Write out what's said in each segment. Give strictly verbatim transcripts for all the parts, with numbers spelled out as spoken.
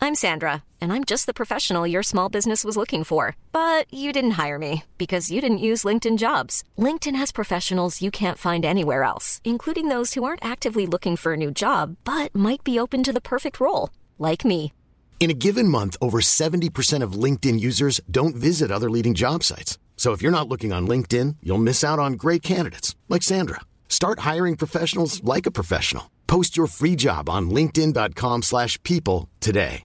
I'm Sandra, and I'm just the professional your small business was looking for. But you didn't hire me because you didn't use LinkedIn Jobs. LinkedIn has professionals you can't find anywhere else, including those who aren't actively looking for a new job, but might be open to the perfect role, like me. In a given month, over seventy percent of LinkedIn users don't visit other leading job sites. So if you're not looking on LinkedIn, you'll miss out on great candidates, like Sandra. Start hiring professionals like a professional. Post your free job on linkedin.com slash people today.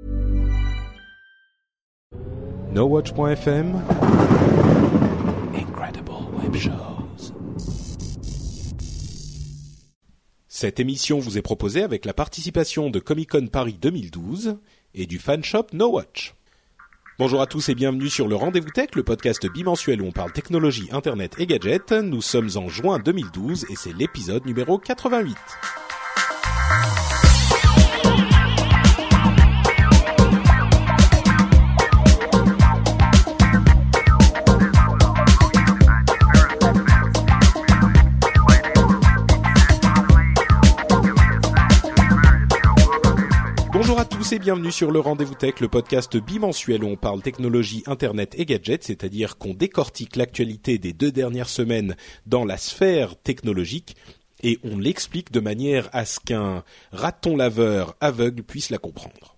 no watch dot f m Incredible Web Shows. Cette émission vous est proposée avec la participation de Comic-Con Paris deux mille douze et du fan shop No Watch. Bonjour à tous et bienvenue sur le Rendez-vous Tech, le podcast bimensuel où on parle technologie, internet et gadgets. Nous sommes en juin deux mille douze et c'est l'épisode numéro quatre-vingt-huit. Bonjour à tous et bienvenue sur le Rendez-vous Tech, le podcast bimensuel où on parle technologie, internet et gadgets, c'est-à-dire qu'on décortique l'actualité des deux dernières semaines dans la sphère technologique et on l'explique de manière à ce qu'un raton laveur aveugle puisse la comprendre.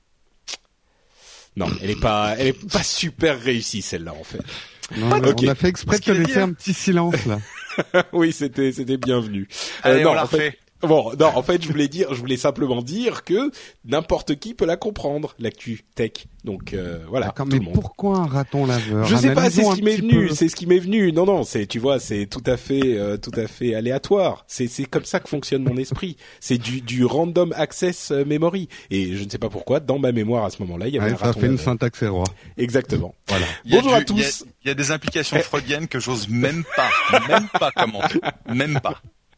Non, elle est pas, elle est pas super réussie celle-là en fait. Non, okay. On a fait exprès de te laisser un petit silence là. Oui, c'était c'était bienvenu. Allez, euh, non, on l'a en fait, refait. Bon, non, en fait, je voulais dire, je voulais simplement dire que n'importe qui peut la comprendre, l'actu tech. Donc euh, voilà, D'accord, tout mais le monde. Pourquoi un raton laveur? Je sais pas, c'est ce qui m'est venu, peu. c'est ce qui m'est venu. Non, non, c'est, tu vois, c'est tout à fait, euh, tout à fait aléatoire. C'est, c'est comme ça que fonctionne mon esprit. C'est du, du random access memory. Et je ne sais pas pourquoi, dans ma mémoire à ce moment-là, il y avait ouais, un ça raton fait laveur. une syntaxe erroi. Exactement. Voilà. Bonjour à tous. Il y, a, il y a des implications freudiennes que j'ose même pas, même pas commenter, même pas.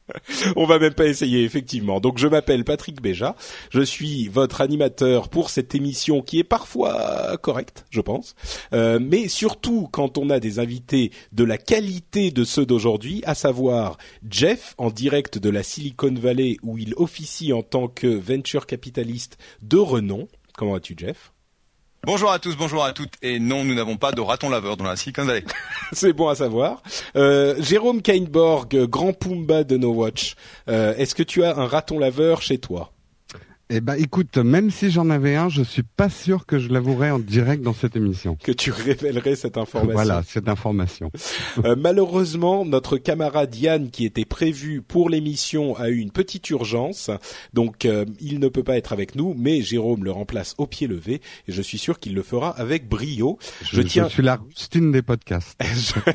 On va même pas essayer, effectivement. Donc, je m'appelle Patrick Béja. Je suis votre animateur pour cette émission qui est parfois correcte, je pense. Euh, mais surtout quand on a des invités de la qualité de ceux d'aujourd'hui, à savoir Jeff, en direct de la Silicon Valley, où il officie en tant que venture capitaliste de renom. Comment vas-tu, Jeff ? Bonjour à tous, bonjour à toutes. Et non, nous n'avons pas de raton laveur dans la Silicon Valley. C'est bon à savoir. Euh, Jérôme Kainborg, grand Pumba de No Watch. Euh, est-ce que tu as un raton laveur chez toi ? Eh ben, écoute, même si j'en avais un, je suis pas sûr que je l'avouerais en direct dans cette émission. Que tu révélerais cette information. Voilà, cette information. euh, malheureusement, notre camarade Yann, qui était prévu pour l'émission, a eu une petite urgence, donc euh, il ne peut pas être avec nous. Mais Jérôme le remplace au pied levé, et je suis sûr qu'il le fera avec brio. Je, je, tiens... je suis la Rustine des podcasts. je...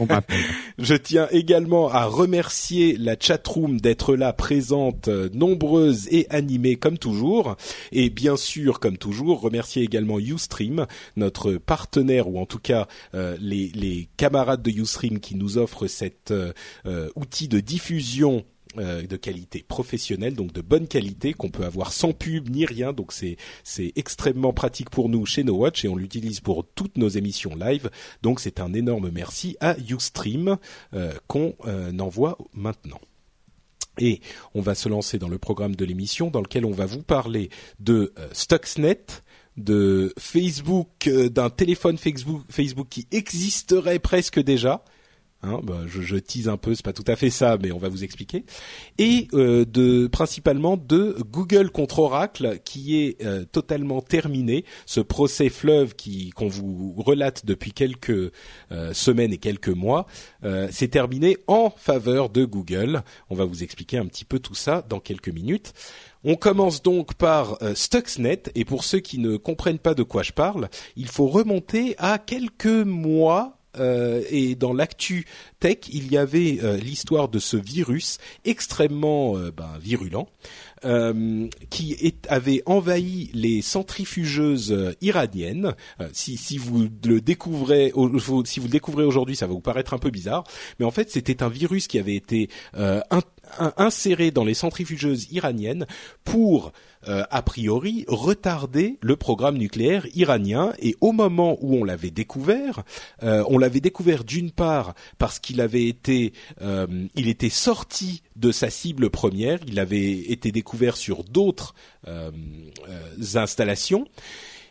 je tiens également à remercier la chatroom d'être là, présente, euh, nombreuse et animée comme toujours. Et bien sûr, comme toujours, remercier également Ustream, notre partenaire, ou en tout cas euh, les, les camarades de Ustream qui nous offrent cet euh, euh, outil de diffusion euh, de qualité professionnelle, donc de bonne qualité, qu'on peut avoir sans pub ni rien. Donc c'est c'est extrêmement pratique pour nous chez No Watch et on l'utilise pour toutes nos émissions live. Donc c'est un énorme merci à Ustream euh, qu'on euh, envoie maintenant. Et on va se lancer dans le programme de l'émission dans lequel on va vous parler de euh, Stuxnet, de Facebook, euh, d'un téléphone Facebook, Facebook qui existerait presque déjà. Hein, bah, je, je tease un peu, c'est pas tout à fait ça, mais on va vous expliquer. Et euh, de principalement de Google contre Oracle, qui est euh, totalement terminé. Ce procès fleuve qui qu'on vous relate depuis quelques euh, semaines et quelques mois, euh, c'est terminé en faveur de Google. On va vous expliquer un petit peu tout ça dans quelques minutes. On commence donc par euh, Stuxnet, et pour ceux qui ne comprennent pas de quoi je parle, il faut remonter à quelques mois. Euh, et dans l'actu tech, il y avait euh, l'histoire de ce virus extrêmement euh, ben, virulent euh, qui est, avait envahi les centrifugeuses euh, iraniennes. Euh, si, si vous le découvrez, si vous le découvrez aujourd'hui, ça va vous paraître un peu bizarre, mais en fait, c'était un virus qui avait été euh, in, in, inséré dans les centrifugeuses iraniennes pour Euh, a priori retarder le programme nucléaire iranien. Et au moment où on l'avait découvert, euh, on l'avait découvert d'une part parce qu'il avait été, euh, il était sorti de sa cible première, il avait été découvert sur d'autres euh, euh, installations.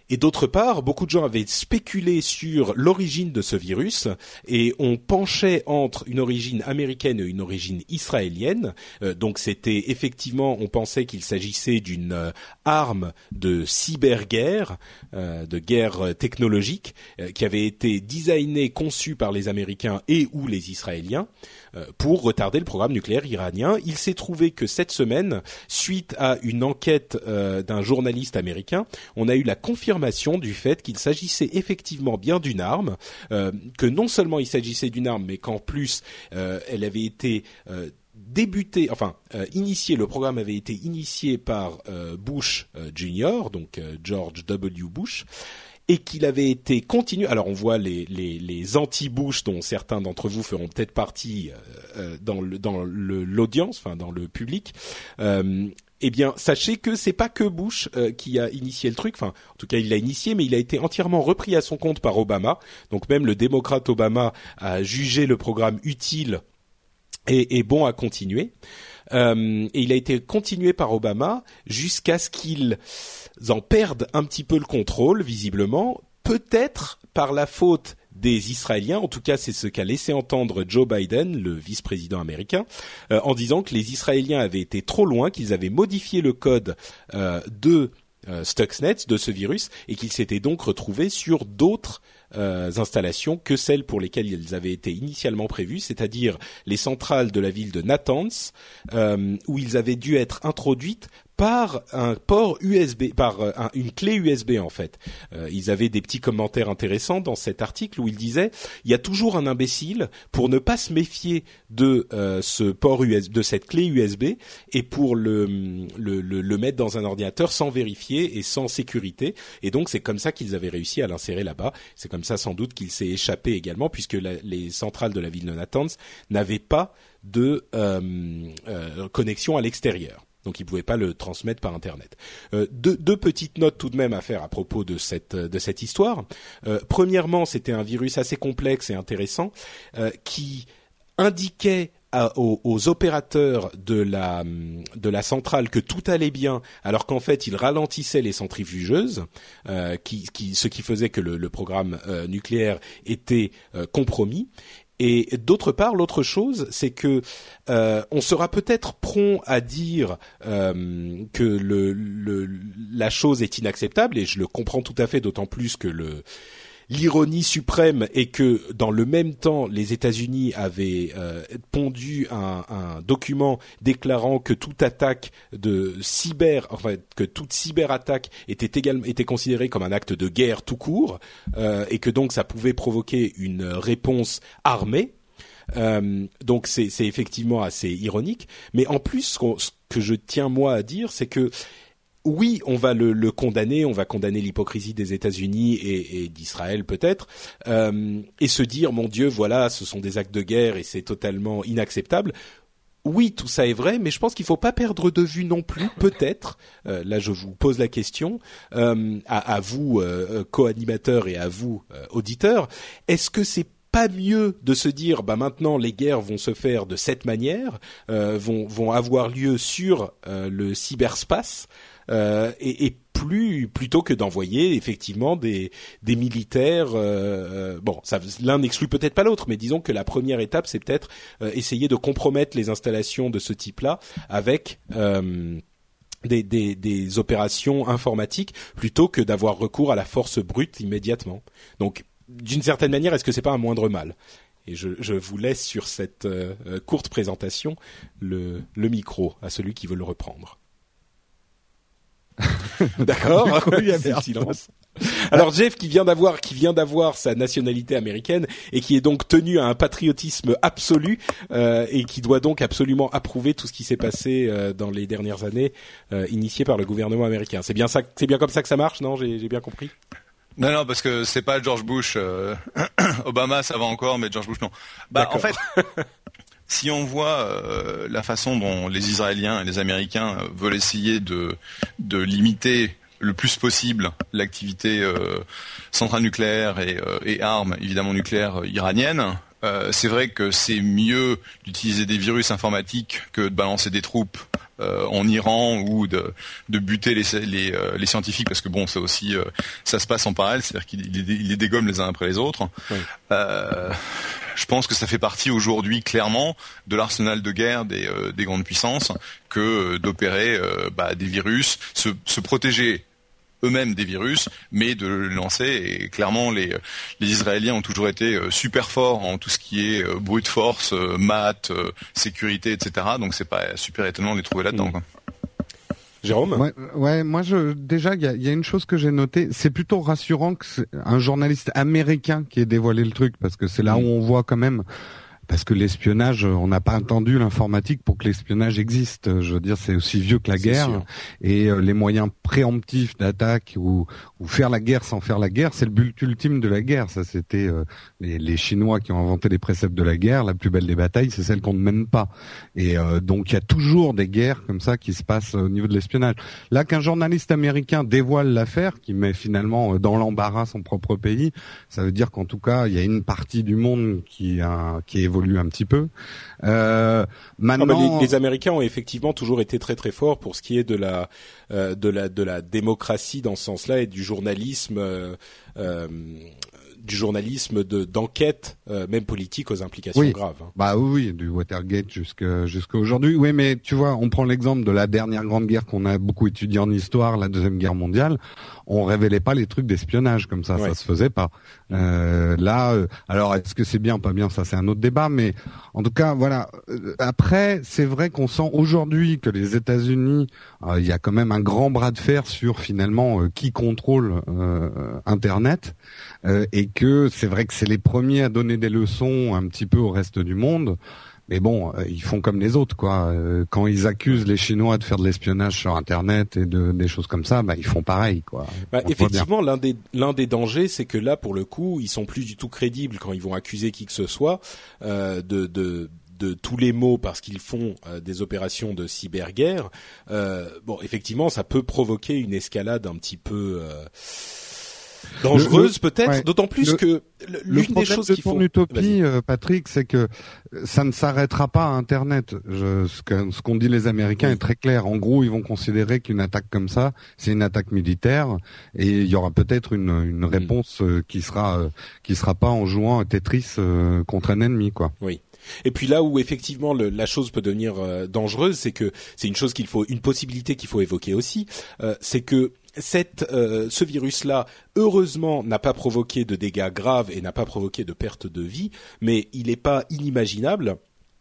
Et d'autre part, beaucoup de gens avaient spéculé sur l'origine de ce virus et on penchait entre une origine américaine et une origine israélienne. Euh, donc c'était effectivement, on pensait qu'il s'agissait d'une euh, arme de cyberguerre, euh, de guerre technologique, euh, qui avait été designée, conçue par les Américains et ou les Israéliens euh, pour retarder le programme nucléaire iranien. Il s'est trouvé que cette semaine, suite à une enquête euh, d'un journaliste américain, on a eu la confirmation du fait qu'il s'agissait effectivement bien d'une arme, euh, que non seulement il s'agissait d'une arme, mais qu'en plus euh, elle avait été euh, débutée, enfin euh, initiée, le programme avait été initié par euh, Bush euh, Junior, donc euh, George W. Bush, et qu'il avait été continué. Alors on voit les, les, les anti-Bush dont certains d'entre vous feront peut-être partie euh, dans, le, dans le, l'audience, enfin dans le public. Euh, Eh bien, sachez que c'est pas que Bush euh, qui a initié le truc. Enfin, en tout cas, il l'a initié, mais il a été entièrement repris à son compte par Obama. Donc, même le démocrate Obama a jugé le programme utile et, et bon à continuer. Euh, et il a été continué par Obama jusqu'à ce qu'ils en perdent un petit peu le contrôle, visiblement, peut-être par la faute des Israéliens. En tout cas, c'est ce qu'a laissé entendre Joe Biden, le vice-président américain, euh, en disant que les Israéliens avaient été trop loin, qu'ils avaient modifié le code euh, de euh, Stuxnet, de ce virus, et qu'ils s'étaient donc retrouvés sur d'autres euh, installations que celles pour lesquelles ils avaient été initialement prévus, c'est-à-dire les centrales de la ville de Natanz, euh, où ils avaient dû être introduites par un port U S B, par un, une clé U S B en fait. Euh, ils avaient des petits commentaires intéressants dans cet article où ils disaient il y a toujours un imbécile pour ne pas se méfier de euh, ce port U S B, de cette clé U S B, et pour le, le le le mettre dans un ordinateur sans vérifier et sans sécurité. Et donc c'est comme ça qu'ils avaient réussi à l'insérer là-bas. C'est comme ça sans doute qu'il s'est échappé également, puisque la, les centrales de la ville de Natanz n'avaient pas de euh, euh, connexion à l'extérieur. Donc ils pouvaient pas le transmettre par Internet. Euh, deux, deux petites notes tout de même à faire à propos de cette de cette histoire. Euh, premièrement, c'était un virus assez complexe et intéressant euh, qui indiquait à, aux, aux opérateurs de la de la centrale que tout allait bien, alors qu'en fait il ralentissait les centrifugeuses, euh, qui, qui ce qui faisait que le, le programme euh, nucléaire était euh, compromis. Et d'autre part, l'autre chose, c'est que euh, on sera peut-être prompt à dire euh, que le, le, la chose est inacceptable, et je le comprends tout à fait, d'autant plus que le l'ironie suprême est que dans le même temps, les États-Unis avaient euh, pondu un, un document déclarant que toute attaque de cyber, enfin que toute cyberattaque était également était considérée comme un acte de guerre tout court, euh, et que donc ça pouvait provoquer une réponse armée. Euh, donc c'est, c'est effectivement assez ironique. Mais en plus, ce, ce que je tiens moi à dire, c'est que oui, on va le, le condamner, on va condamner l'hypocrisie des États-Unis et, et d'Israël peut-être, euh, et se dire mon Dieu, voilà, ce sont des actes de guerre et c'est totalement inacceptable. Oui, tout ça est vrai, mais je pense qu'il faut pas perdre de vue non plus, peut-être. Euh, là, je vous pose la question euh, à, à vous, euh, co-animateurs, et à vous, euh, auditeurs. Est-ce que c'est pas mieux de se dire, bah maintenant les guerres vont se faire de cette manière, euh, vont vont avoir lieu sur euh, le cyberspace, euh, et, et plus plutôt que d'envoyer effectivement des des militaires. Euh, bon, ça, l'un n'exclut peut-être pas l'autre, mais disons que la première étape, c'est peut-être euh, essayer de compromettre les installations de ce type-là avec euh, Des, des, des opérations informatiques, plutôt que d'avoir recours à la force brute immédiatement. Donc, d'une certaine manière, est-ce que c'est pas un moindre mal ? Et je, je vous laisse sur cette euh, courte présentation le, le micro à celui qui veut le reprendre. D'accord. Oui, c'est le silence. Alors Jeff, qui vient d'avoir qui vient d'avoir sa nationalité américaine et qui est donc tenu à un patriotisme absolu, euh, et qui doit donc absolument approuver tout ce qui s'est passé euh, dans les dernières années, euh, initié par le gouvernement américain. C'est bien ça, c'est bien comme ça que ça marche, non ? J'ai, j'ai bien compris. Non, non, parce que c'est pas George Bush. Euh, Obama, ça va encore, mais George Bush, non. Bah, D'accord. en fait, si on voit euh, la façon dont les Israéliens et les Américains veulent essayer de de limiter le plus possible l'activité euh, centrale nucléaire et, euh, et armes évidemment nucléaires iraniennes, euh, c'est vrai que c'est mieux d'utiliser des virus informatiques que de balancer des troupes euh, en Iran ou de, de buter les, les, euh, les scientifiques, parce que bon, ça aussi, euh, ça se passe en parallèle, c'est-à-dire qu'il il les dégomme les uns après les autres. Oui. Euh, je pense que ça fait partie aujourd'hui clairement de l'arsenal de guerre des, euh, des grandes puissances que euh, d'opérer euh, bah, des virus, se, se protéger eux-mêmes des virus, mais de le lancer. Et clairement, les, les Israéliens ont toujours été super forts en tout ce qui est brute force, maths, sécurité, et cetera. Donc c'est pas super étonnant de les trouver là-dedans, quoi. Jérôme ? Ouais, ouais, moi je déjà il y a, y a une chose que j'ai notée, c'est plutôt rassurant que c'est un journaliste américain qui ait dévoilé le truc, parce que c'est là mmh. où on voit quand même. Parce que l'espionnage, on n'a pas attendu l'informatique pour que l'espionnage existe. Je veux dire, c'est aussi vieux que la c'est guerre. Sûr. Et euh, les moyens préemptifs d'attaque ou, ou faire la guerre sans faire la guerre, c'est le but ultime de la guerre. Ça, c'était euh, les, les Chinois qui ont inventé les préceptes de la guerre. La plus belle des batailles, c'est celle qu'on ne mène pas. Et euh, donc, il y a toujours des guerres comme ça qui se passent au niveau de l'espionnage. Là, qu'un journaliste américain dévoile l'affaire, qui met finalement dans l'embarras son propre pays, ça veut dire qu'en tout cas, il y a une partie du monde qui a, qui évolue un petit peu. Euh, maintenant, non, mais les, les Américains ont effectivement toujours été très très forts pour ce qui est de la euh, de la de la démocratie dans ce sens-là et du journalisme. Euh, euh, du journalisme de d'enquête, euh, même politique, aux implications oui. graves. Hein. Bah oui, oui, du Watergate jusqu'à jusqu'à aujourd'hui. Oui, mais tu vois, on prend l'exemple de la dernière grande guerre qu'on a beaucoup étudiée en histoire, la deuxième guerre mondiale. On révélait pas les trucs d'espionnage comme ça, ouais. ça se faisait pas. Euh, là, euh, alors est-ce que c'est bien, pas bien, ça c'est un autre débat, mais en tout cas, voilà. Après, c'est vrai qu'on sent aujourd'hui que les États-Unis, il euh, y a quand même un grand bras de fer sur finalement euh, qui contrôle euh, Internet. Euh, et que c'est vrai que c'est les premiers à donner des leçons un petit peu au reste du monde, mais bon, euh, ils font comme les autres, quoi. Euh, quand ils accusent les Chinois de faire de l'espionnage sur Internet et de des choses comme ça, bah ils font pareil, quoi. Bah, effectivement, l'un des l'un des dangers, c'est que là, pour le coup, ils sont plus du tout crédibles quand ils vont accuser qui que ce soit euh, de de de tous les maux parce qu'ils font euh, des opérations de cyberguerre. Euh, bon, effectivement, ça peut provoquer une escalade un petit peu euh, dangereuse le, peut-être, ouais. d'autant plus le, que l'une des choses de qu'il ton faut... utopie, euh, Patrick, c'est que ça ne s'arrêtera pas à Internet. Je, ce, que, ce qu'ont dit les Américains oui. est très clair. En gros, ils vont considérer qu'une attaque comme ça, c'est une attaque militaire, et il y aura peut-être une, une réponse euh, qui sera euh, qui sera pas en jouant à Tetris euh, contre un ennemi, quoi. Oui. Et puis là où effectivement le, la chose peut devenir euh, dangereuse, c'est que c'est une chose qu'il faut, une possibilité qu'il faut évoquer aussi, euh, c'est que cette, euh, ce virus-là, heureusement, n'a pas provoqué de dégâts graves et n'a pas provoqué de perte de vie, mais il n'est pas inimaginable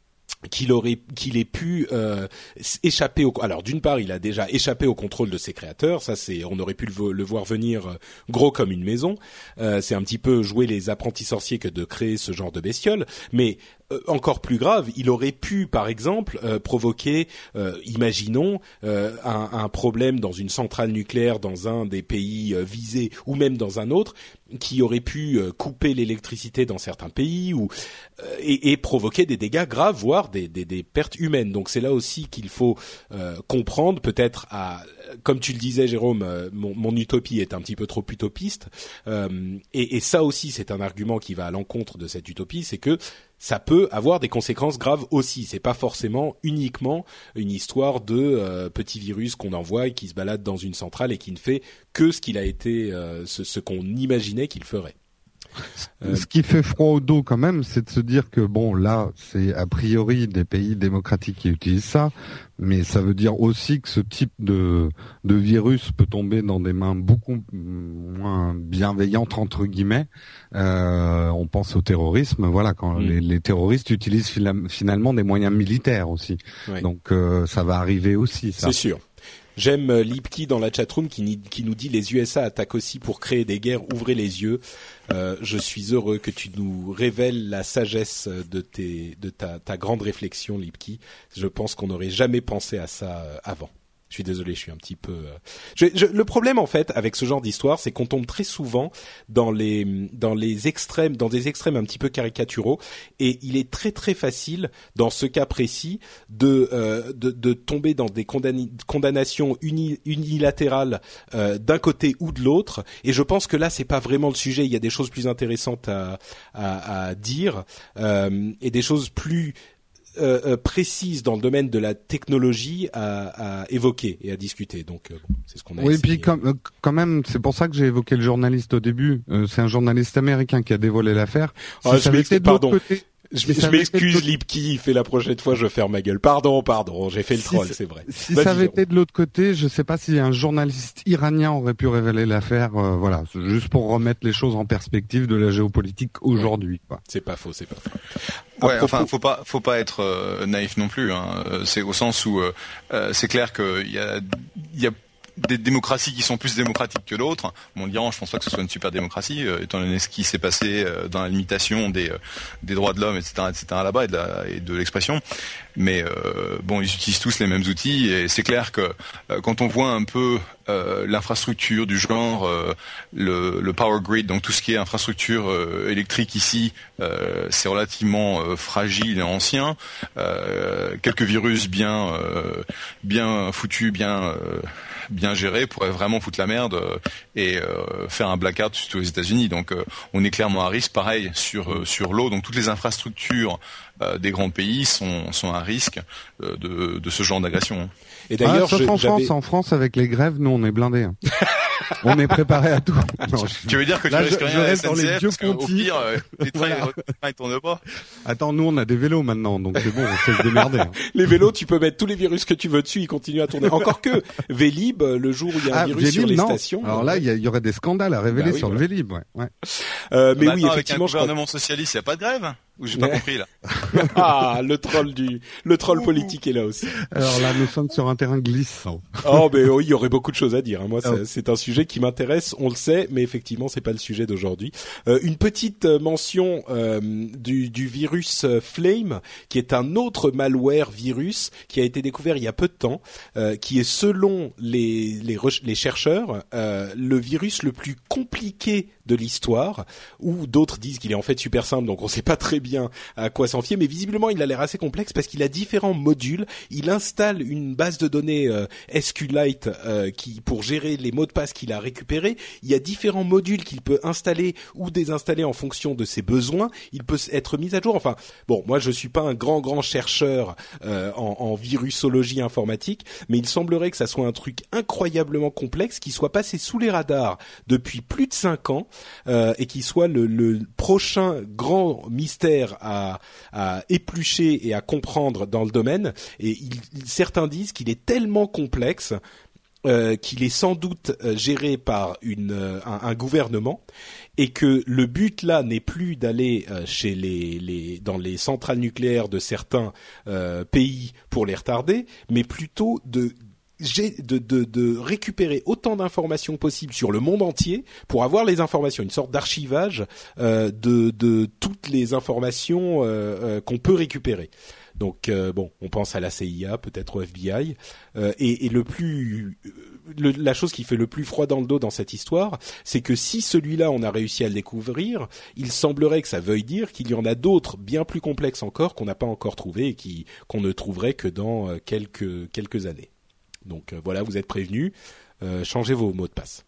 qu'il aurait qu'il ait pu euh, échapper au alors d'une part il a déjà échappé au contrôle de ses créateurs, ça c'est on aurait pu le, le voir venir euh, gros comme une maison, euh, c'est un petit peu jouer les apprentis sorciers que de créer ce genre de bestiole, mais euh, encore plus grave, il aurait pu par exemple euh, provoquer euh, imaginons euh, un, un problème dans une centrale nucléaire dans un des pays euh, visés ou même dans un autre qui aurait pu euh, couper l'électricité dans certains pays ou euh, et, et provoquer des dégâts graves, voire des, des, des pertes humaines. Donc c'est là aussi qu'il faut euh, comprendre, peut-être à, comme tu le disais Jérôme, euh, mon, mon utopie est un petit peu trop utopiste, euh, et, et ça aussi c'est un argument qui va à l'encontre de cette utopie, c'est que ça peut avoir des conséquences graves aussi. C'est pas forcément uniquement une histoire de euh, petit virus qu'on envoie et qui se balade dans une centrale et qui ne fait que ce qu'il a été, euh, ce, ce qu'on imaginait qu'il ferait. Euh... Ce qui fait froid au dos quand même, c'est de se dire que bon, là, c'est a priori des pays démocratiques qui utilisent ça, mais ça veut dire aussi que ce type de de virus peut tomber dans des mains beaucoup moins bienveillantes entre guillemets. Euh, on pense au terrorisme, voilà, quand mmh. les, les terroristes utilisent finalement des moyens militaires aussi. Oui. Donc euh, ça va arriver aussi. Ça. C'est sûr. J'aime Lipki dans la chatroom qui, qui nous dit les U S A attaquent aussi pour créer des guerres, ouvrez les yeux. Euh, je suis heureux que tu nous révèles la sagesse de, tes, de ta, ta grande réflexion, Lipki. Je pense qu'on n'aurait jamais pensé à ça avant. Je suis désolé, je suis un petit peu. Je, je, le problème en fait avec ce genre d'histoire, c'est qu'on tombe très souvent dans les dans les extrêmes, dans des extrêmes un petit peu caricaturaux, et il est très très facile dans ce cas précis de euh, de, de tomber dans des condamn- condamnations uni, unilatérales euh, d'un côté ou de l'autre. Et je pense que là, c'est pas vraiment le sujet. Il y a des choses plus intéressantes à à, à dire euh, et des choses plus euh, euh, précises dans le domaine de la technologie à, à évoquer et à discuter. Donc, euh, bon, c'est ce qu'on a oui, essayé. puis quand, euh, quand même, c'est pour ça que j'ai évoqué le journaliste au début. Euh, c'est un journaliste américain qui a dévoilé l'affaire. Si Ah, ça je avait été de l'autre pardon. côté, Je, si je ça avait été de m'excuse, l'autre- Lipki, fait la prochaine fois, je ferme ma gueule. Pardon, pardon, j'ai fait le Si troll, ça- c'est vrai. Si Vas-y, ça avait Jérôme. été de l'autre côté, je sais pas si un journaliste iranien aurait pu révéler l'affaire. Euh, voilà, c'est juste pour remettre les choses en perspective de la géopolitique aujourd'hui. Quoi. C'est pas faux, c'est pas faux. Ouais, À propos- enfin, faut pas, faut pas être euh, naïf non plus. Hein. Euh, C'est au sens où euh, euh, c'est clair qu'il y a, il y a des démocraties qui sont plus démocratiques que d'autres. Bon, l'Iran, je pense pas que ce soit une super démocratie, euh, étant donné ce qui s'est passé euh, dans la limitation des euh, des droits de l'homme, et cetera, et cetera là-bas et de la, et de l'expression. Mais euh, bon, ils utilisent tous les mêmes outils et c'est clair que euh, quand on voit un peu euh, l'infrastructure du genre euh, le, le power grid, donc tout ce qui est infrastructure euh, électrique ici, euh, c'est relativement euh, fragile et ancien. Euh, quelques virus bien euh, bien foutus, bien euh, bien gérés pourraient vraiment foutre la merde euh, et euh, faire un blackout surtout aux États-Unis. Donc euh, on est clairement à risque, pareil sur euh, sur l'eau. Donc toutes les infrastructures euh, des grands pays sont sont à risque euh, de de ce genre d'agression. Et Ah, d'ailleurs, sauf je- en j'avais- France, en France avec les grèves, nous on est blindés. Hein. On est préparé à tout. Non, je- Tu veux dire que Là, tu risques je- rien je à la reste dans les S N C F vieux parce qu'au pontifs. pire, euh, les trains Voilà. les trains, ils tournent pas. Attends, nous on a des vélos maintenant, donc c'est bon, on sait se démerder. Hein. les vélos, tu peux mettre tous les virus que tu veux dessus, ils continuent à tourner. Encore que Vélib, le jour où il y a un Ah, virus sur Vélib, les non. stations. Alors là, il y, a- il y aurait des scandales à révéler Bah oui, sur voilà. le Vélib. Ouais. Ouais. Euh, mais Bah, oui, attends, effectivement, avec je un crois. gouvernement socialiste, il y a pas de grève ou j'ai pas Ouais. compris là. Ah, le troll du, le troll politique est là aussi. Alors là, nous sommes sur un terrain glissant. Oh, mais oui, il y aurait beaucoup de choses à dire. hein. Moi, Oh. c'est- c'est un sujet qui m'intéresse, on le sait, mais effectivement, c'est pas le sujet d'aujourd'hui. Euh, une petite euh, mention euh, du, du virus euh, Flame, qui est un autre malware virus qui a été découvert il y a peu de temps, euh, qui est selon les les, re- les chercheurs euh, le virus le plus compliqué de l'histoire, ou d'autres disent qu'il est en fait super simple, donc on sait pas très bien à quoi s'en fier, mais visiblement il a l'air assez complexe parce qu'il a différents modules. Il installe une base de données euh, SQLite euh, qui pour gérer les mots de passe qu'il a récupérés. Il y a différents modules qu'il peut installer ou désinstaller en fonction de ses besoins. Il peut être mis à jour. Enfin, bon, moi je suis pas un grand grand chercheur euh, en, en virusologie informatique, mais il semblerait que ça soit un truc incroyablement complexe qui soit passé sous les radars depuis plus de cinq ans. Euh, et qui soit le, le prochain grand mystère à, à éplucher et à comprendre dans le domaine. Et il, certains disent qu'il est tellement complexe euh, qu'il est sans doute euh, géré par une, euh, un, un gouvernement, et que le but là n'est plus d'aller euh, chez les, les dans les centrales nucléaires de certains euh, pays pour les retarder, mais plutôt de J'ai de, de, de récupérer autant d'informations possibles sur le monde entier pour avoir les informations, une sorte d'archivage euh, de, de toutes les informations euh, euh, qu'on peut récupérer. Donc euh, bon, on pense à la C I A, peut-être au F B I, euh, et, et le plus, le, la chose qui fait le plus froid dans le dos dans cette histoire, c'est que si celui-là on a réussi à le découvrir, il semblerait que ça veuille dire qu'il y en a d'autres bien plus complexes encore qu'on n'a pas encore trouvé et qui qu'on ne trouverait que dans euh, quelques quelques années. Donc euh, voilà, vous êtes prévenus. Euh, changez vos mots de passe.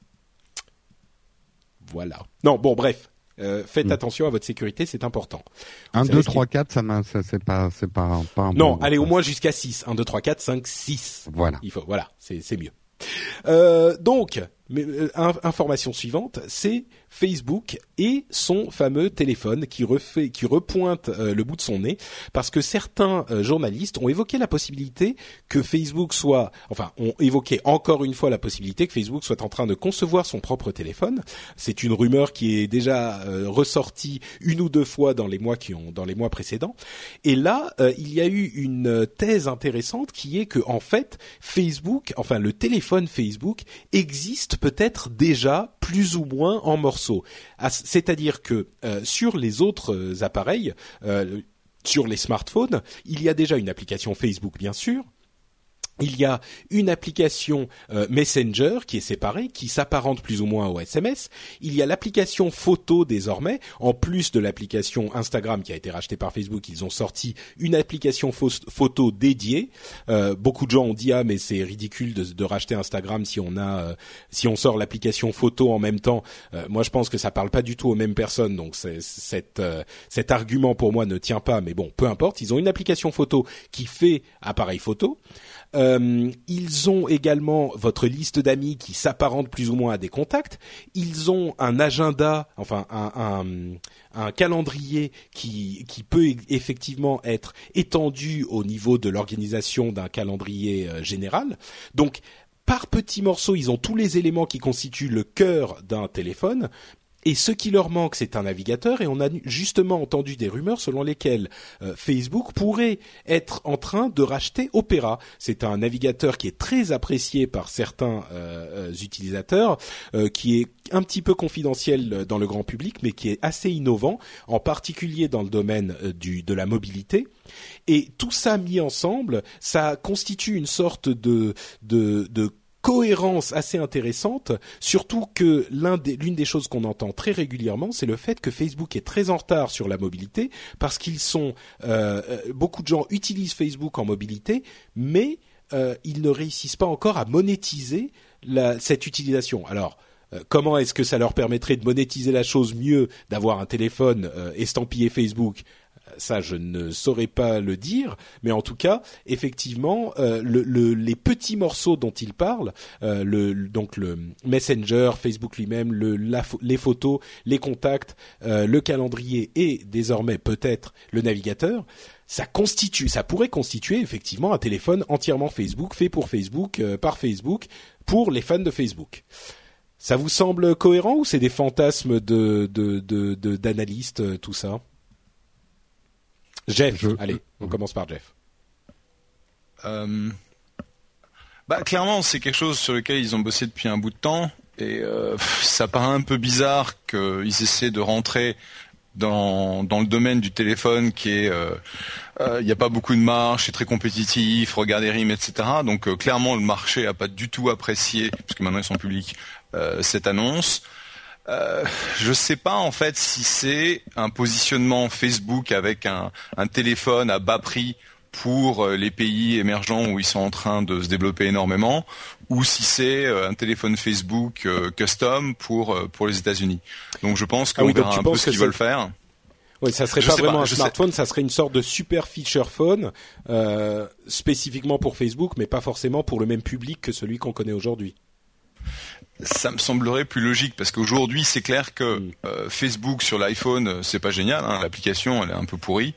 Voilà. Non, bon, bref. Euh, faites Mm. attention à votre sécurité, c'est important. un, Ça deux, risque- trois, quatre, ça, m'a- ça c'est pas, c'est pas, pas un Non, bon allez mot au de moins jusqu'à six. un, deux, trois, quatre, cinq, six. passe. Voilà. Il faut, voilà, c'est, c'est mieux. Euh, donc, mais, euh, information suivante, c'est Facebook et son fameux téléphone qui refait, qui repointe euh, le bout de son nez, parce que certains euh, journalistes ont évoqué la possibilité que Facebook soit, enfin, ont évoqué encore une fois la possibilité que Facebook soit en train de concevoir son propre téléphone. C'est une rumeur qui est déjà euh, ressortie une ou deux fois dans les mois qui ont, dans les mois précédents. Et là, euh, il y a eu une thèse intéressante qui est que en fait, Facebook, enfin le téléphone Facebook existe peut-être déjà plus ou moins en morceaux. C'est-à-dire que euh, sur les autres euh, appareils, euh, sur les smartphones, il y a déjà une application Facebook bien sûr, il y a une application euh, Messenger qui est séparée, qui s'apparente plus ou moins au S M S. Il y a l'application photo désormais. En plus de l'application Instagram qui a été rachetée par Facebook, ils ont sorti une application photo dédiée. Euh, beaucoup de gens ont dit ah mais c'est ridicule de, de racheter Instagram si on a euh, si on sort l'application photo en même temps. Euh, moi je pense que ça parle pas du tout aux mêmes personnes, donc c'est, cet euh, cet argument pour moi ne tient pas. Mais bon, peu importe. Ils ont une application photo qui fait appareil photo. Euh, ils ont également votre liste d'amis qui s'apparente plus ou moins à des contacts. Ils ont un agenda, enfin un, un, un calendrier qui, qui peut effectivement être étendu au niveau de l'organisation d'un calendrier euh, général. Donc, par petits morceaux, ils ont tous les éléments qui constituent le cœur d'un téléphone. Et ce qui leur manque, c'est un navigateur, et on a justement entendu des rumeurs selon lesquelles euh, Facebook pourrait être en train de racheter Opera. C'est un navigateur qui est très apprécié par certains euh, utilisateurs, euh, qui est un petit peu confidentiel dans le grand public, mais qui est assez innovant, en particulier dans le domaine euh, du, de la mobilité. Et tout ça mis ensemble, ça constitue une sorte de, de, de cohérence assez intéressante, surtout que l'un des, l'une des choses qu'on entend très régulièrement, c'est le fait que Facebook est très en retard sur la mobilité, parce qu'ils sont euh, beaucoup de gens utilisent Facebook en mobilité, mais euh, ils ne réussissent pas encore à monétiser la, cette utilisation. Alors, euh, comment est-ce que ça leur permettrait de monétiser la chose mieux, d'avoir un téléphone euh, estampillé Facebook ? Ça, je ne saurais pas le dire, mais en tout cas, effectivement, euh, le, le, les petits morceaux dont il parle, euh, le, donc le Messenger, Facebook lui-même, le, la, les photos, les contacts, euh, le calendrier et désormais peut-être le navigateur, ça constitue, ça pourrait constituer effectivement un téléphone entièrement Facebook, fait pour Facebook, euh, par Facebook, pour les fans de Facebook. Ça vous semble cohérent ou c'est des fantasmes de, de, de, de d'analystes, euh, tout ça ? Jeff, je... allez, on commence par Jeff. Euh, bah clairement, c'est quelque chose sur lequel ils ont bossé depuis un bout de temps, et euh, ça paraît un peu bizarre qu'ils essaient de rentrer dans dans le domaine du téléphone qui est, il euh, euh, y a pas beaucoup de marge, c'est très compétitif, regarde les rimes, et cetera. Donc euh, clairement, le marché a pas du tout apprécié, parce que maintenant ils sont publics, euh, cette annonce. Euh, je sais pas en fait si c'est un positionnement Facebook avec un, un téléphone à bas prix pour les pays émergents où ils sont en train de se développer énormément, ou si c'est un téléphone Facebook euh, custom pour pour les États-Unis. Donc je pense qu'on ah oui, verra un peu ce qu'ils veulent faire. Oui, ça serait je pas vraiment pas, un smartphone, sais. Ça serait une sorte de super feature phone euh, spécifiquement pour Facebook, mais pas forcément pour le même public que celui qu'on connaît aujourd'hui. Ça me semblerait plus logique, parce qu'aujourd'hui c'est clair que euh, Facebook sur l'iPhone c'est pas génial, hein, l'application elle est un peu pourrie.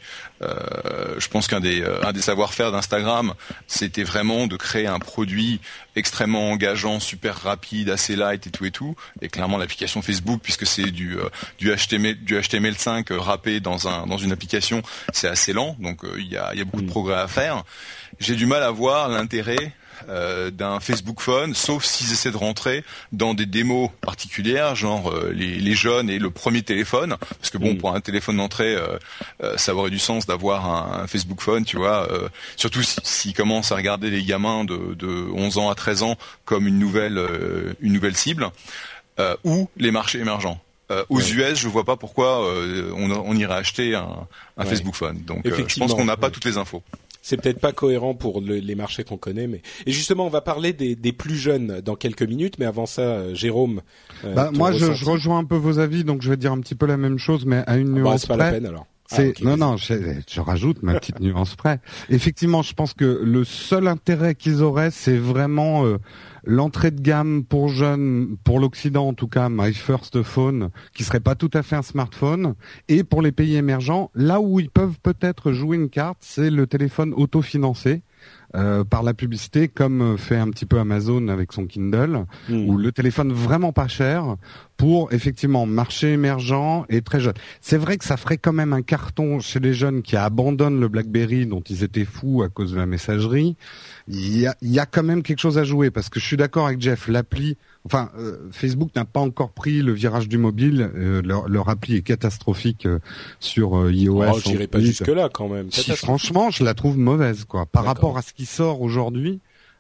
Euh, je pense qu'un des euh, un des savoir-faire d'Instagram c'était vraiment de créer un produit extrêmement engageant, super rapide, assez light et tout et tout. Et clairement l'application Facebook, puisque c'est du euh, du H T M L du H T M L cinq euh, râpé dans un dans une application, c'est assez lent, donc il euh, y a il y a beaucoup de progrès à faire. J'ai du mal à voir l'intérêt Euh, d'un Facebook Phone, sauf s'ils essaient de rentrer dans des démos particulières, genre euh, les, les jeunes et le premier téléphone, parce que bon, mmh. pour un téléphone d'entrée, euh, euh, ça aurait du sens d'avoir un, un Facebook Phone, tu vois, euh, surtout s'ils si commencent à regarder les gamins de, de onze ans à treize ans comme une nouvelle, euh, une nouvelle cible, euh, ou les marchés émergents. Euh, aux ouais. U S, je vois pas pourquoi euh, on, on irait acheter un, un ouais. Facebook Phone. Donc, euh, je pense qu'on n'a pas ouais. toutes les infos. C'est peut-être pas cohérent pour le, les marchés qu'on connaît, mais et justement on va parler des, des plus jeunes dans quelques minutes, mais avant ça, euh, Jérôme. Euh, bah, moi, je, je rejoins un peu vos avis, donc je vais dire un petit peu la même chose, mais à une ah, nuance bah, c'est près. pas la peine alors. C'est... Ah, okay, non, vas-y. non, je, je rajoute ma petite nuance près. Effectivement, je pense que le seul intérêt qu'ils auraient, c'est vraiment euh, l'entrée de gamme pour jeunes, pour l'Occident en tout cas, My First Phone, qui serait pas tout à fait un smartphone, et pour les pays émergents, là où ils peuvent peut-être jouer une carte, c'est le téléphone autofinancé. Euh, par la publicité, comme fait un petit peu Amazon avec son Kindle, mmh. ou le téléphone vraiment pas cher pour effectivement marché émergent et très jeune. C'est vrai que ça ferait quand même un carton chez les jeunes qui abandonnent le BlackBerry dont ils étaient fous à cause de la messagerie. Il y a, il y a quand même quelque chose à jouer, parce que je suis d'accord avec Jeff, l'appli, enfin euh, Facebook n'a pas encore pris le virage du mobile, euh, leur, leur appli est catastrophique euh, sur euh, iOS. Oh, j'irai pas jusque là quand même. Si, franchement, je la trouve mauvaise quoi. Par d'accord. rapport à ce qui sort aujourd'hui,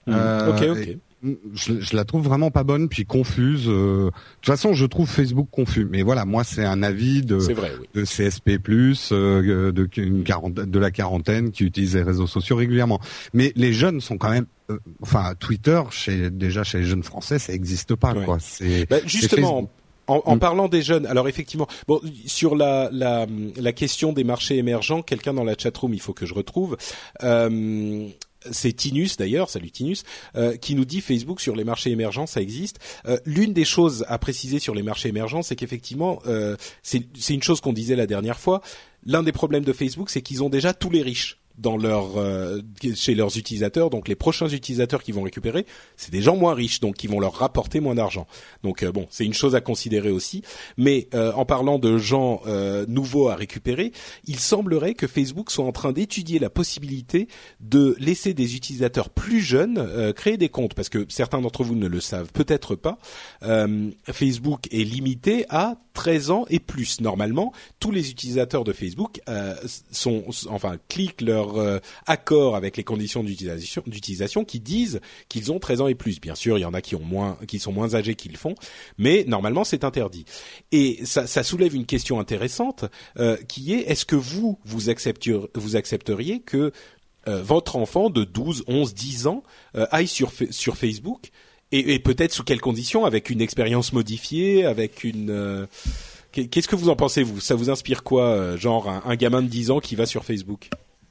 Mmh. Euh, ok, ok. Je, je la trouve vraiment pas bonne, puis confuse. Euh, de toute façon, je trouve Facebook confus. Mais voilà, moi, c'est un avis de, c'est vrai, oui. de C S P plus, euh, de, une quarantaine, de la quarantaine qui utilise les réseaux sociaux régulièrement. Mais les jeunes sont quand même... Euh, enfin, Twitter, chez, déjà chez les jeunes français, ça n'existe pas. Ouais. Quoi. C'est, bah, justement... En, en mm. parlant des jeunes, alors effectivement, bon, sur la, la, la question des marchés émergents, quelqu'un dans la chatroom, il faut que je retrouve... Euh, c'est Tinus d'ailleurs, salut Tinus, euh, qui nous dit Facebook sur les marchés émergents, ça existe. Euh, l'une des choses à préciser sur les marchés émergents, c'est qu'effectivement, euh, c'est, c'est une chose qu'on disait la dernière fois. L'un des problèmes de Facebook, c'est qu'ils ont déjà tous les riches dans leur euh, chez leurs utilisateurs. Donc les prochains utilisateurs qu'ils vont récupérer, c'est des gens moins riches, donc qui vont leur rapporter moins d'argent. Donc euh, bon, c'est une chose à considérer aussi. Mais euh, en parlant de gens euh, nouveaux à récupérer, il semblerait que Facebook soit en train d'étudier la possibilité de laisser des utilisateurs plus jeunes euh, créer des comptes, parce que certains d'entre vous ne le savent peut-être pas. Euh, Facebook est limité à treize ans et plus. Normalement, tous les utilisateurs de Facebook euh, sont, enfin, cliquent leur euh, accord avec les conditions d'utilisation, d'utilisation qui disent qu'ils ont treize ans et plus. Bien sûr, il y en a qui ont moins, qui sont moins âgés qui le font, mais normalement c'est interdit. Et ça, ça soulève une question intéressante euh, qui est: est-ce que vous vous accepteriez, vous accepteriez que euh, votre enfant de douze, onze, dix ans euh, aille sur sur Facebook? Et, et peut-être sous quelles conditions, avec une expérience modifiée, avec une... Euh, qu'est-ce que vous en pensez, vous? Ça vous inspire quoi, genre un, un gamin de dix ans qui va sur Facebook?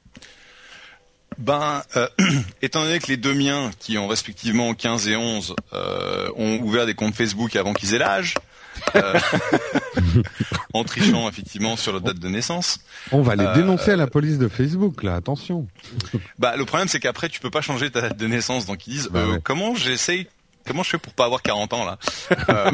Ben, euh, étant donné que les deux miens, qui ont respectivement quinze et onze, euh, ont ouvert des comptes Facebook avant qu'ils aient l'âge, euh, en trichant effectivement sur leur date de naissance. On va les euh, dénoncer à la police de Facebook, là, attention. Bah, le problème, c'est qu'après, tu peux pas changer ta date de naissance, donc ils disent bah euh, ouais. comment j'essaye... Comment je fais pour pas avoir quarante ans là euh,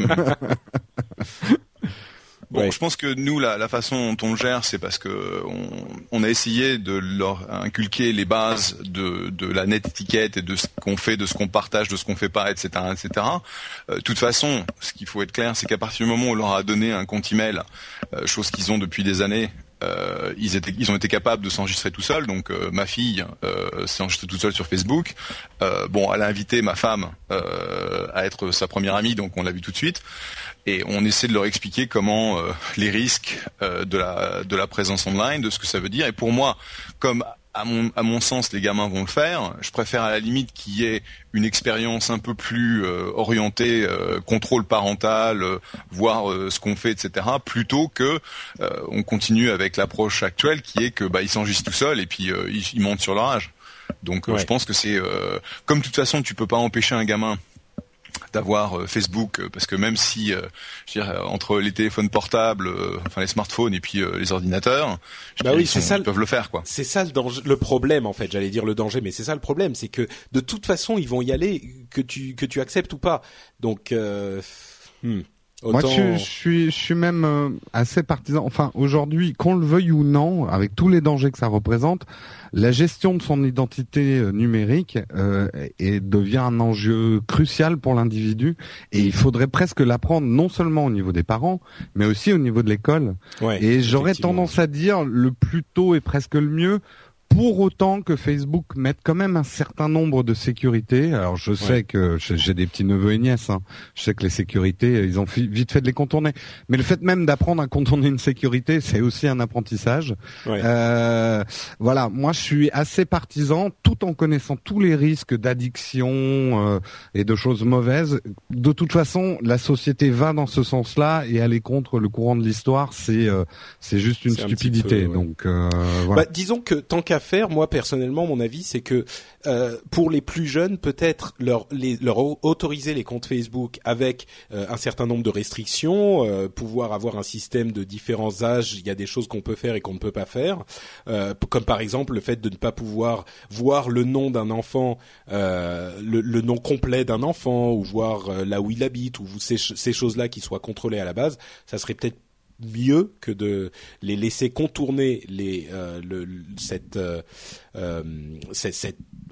Bon, ouais. Je pense que nous, la, la façon dont on le gère, c'est parce que on, on a essayé de leur inculquer les bases de, de la net étiquette et de ce qu'on fait, de ce qu'on partage, de ce qu'on fait pas, et cetera, et cetera. De euh, toute façon, ce qu'il faut être clair, c'est qu'à partir du moment où on leur a donné un compte email, euh, chose qu'ils ont depuis des années. Euh, ils étaient, ils ont été capables de s'enregistrer tout seuls. Donc euh, ma fille euh, s'est enregistrée toute seule sur Facebook. Euh, bon, elle a invité ma femme euh, à être sa première amie, donc on l'a vu tout de suite. Et on essaie de leur expliquer comment euh, les risques euh, de la de la présence online, de ce que ça veut dire. Et pour moi, comme à mon à mon sens les gamins vont le faire, je préfère à la limite qu'il y ait une expérience un peu plus euh, orientée euh, contrôle parental, euh, voir euh, ce qu'on fait, et cetera, plutôt que euh, on continue avec l'approche actuelle qui est que bah ils s'enregistrent tout seuls et puis euh, ils, ils montent sur leur âge. Donc euh, ouais. Je pense que c'est euh, comme de toute façon tu peux pas empêcher un gamin d'avoir euh, Facebook euh, parce que même si euh, je veux dire, entre les téléphones portables, euh, enfin les smartphones et puis euh, les ordinateurs, je bah dire, oui, ils, c'est sont, ça, ils peuvent le faire quoi. C'est ça le danger, le problème en fait. J'allais dire le danger, mais c'est ça le problème, c'est que de toute façon ils vont y aller, que tu que tu acceptes ou pas. Donc euh, hmm. Autant... Moi, je, je suis, je suis même euh, assez partisan. Enfin, aujourd'hui, qu'on le veuille ou non, avec tous les dangers que ça représente, la gestion de son identité euh, numérique euh, et devient un enjeu crucial pour l'individu. Et il faudrait presque l'apprendre non seulement au niveau des parents, mais aussi au niveau de l'école. Ouais, et j'aurais tendance à dire le plus tôt est presque le mieux. Pour autant que Facebook mette quand même un certain nombre de sécurités. Alors je sais ouais. que j'ai des petits neveux et nièces. Hein. Je sais que les sécurités, ils ont vite fait de les contourner. Mais le fait même d'apprendre à contourner une sécurité, c'est aussi un apprentissage. Ouais. Euh, voilà, moi je suis assez partisan, tout en connaissant tous les risques d'addiction euh, et de choses mauvaises. De toute façon, la société va dans ce sens-là et aller contre le courant de l'histoire, c'est euh, c'est juste une c'est stupidité. Peu, ouais. Donc euh, voilà. Bah, disons que tant qu'à faire, moi personnellement, mon avis, c'est que euh, pour les plus jeunes, peut-être leur, les, leur autoriser les comptes Facebook avec euh, un certain nombre de restrictions, euh, pouvoir avoir un système de différents âges. Il y a des choses qu'on peut faire et qu'on ne peut pas faire, euh, comme par exemple le fait de ne pas pouvoir voir le nom d'un enfant, euh, le, le nom complet d'un enfant, ou voir euh, là où il habite, ou ces, ces choses-là qui soient contrôlées à la base. Ça serait peut-être mieux que de les laisser contourner les euh, le, cette, euh, cette cette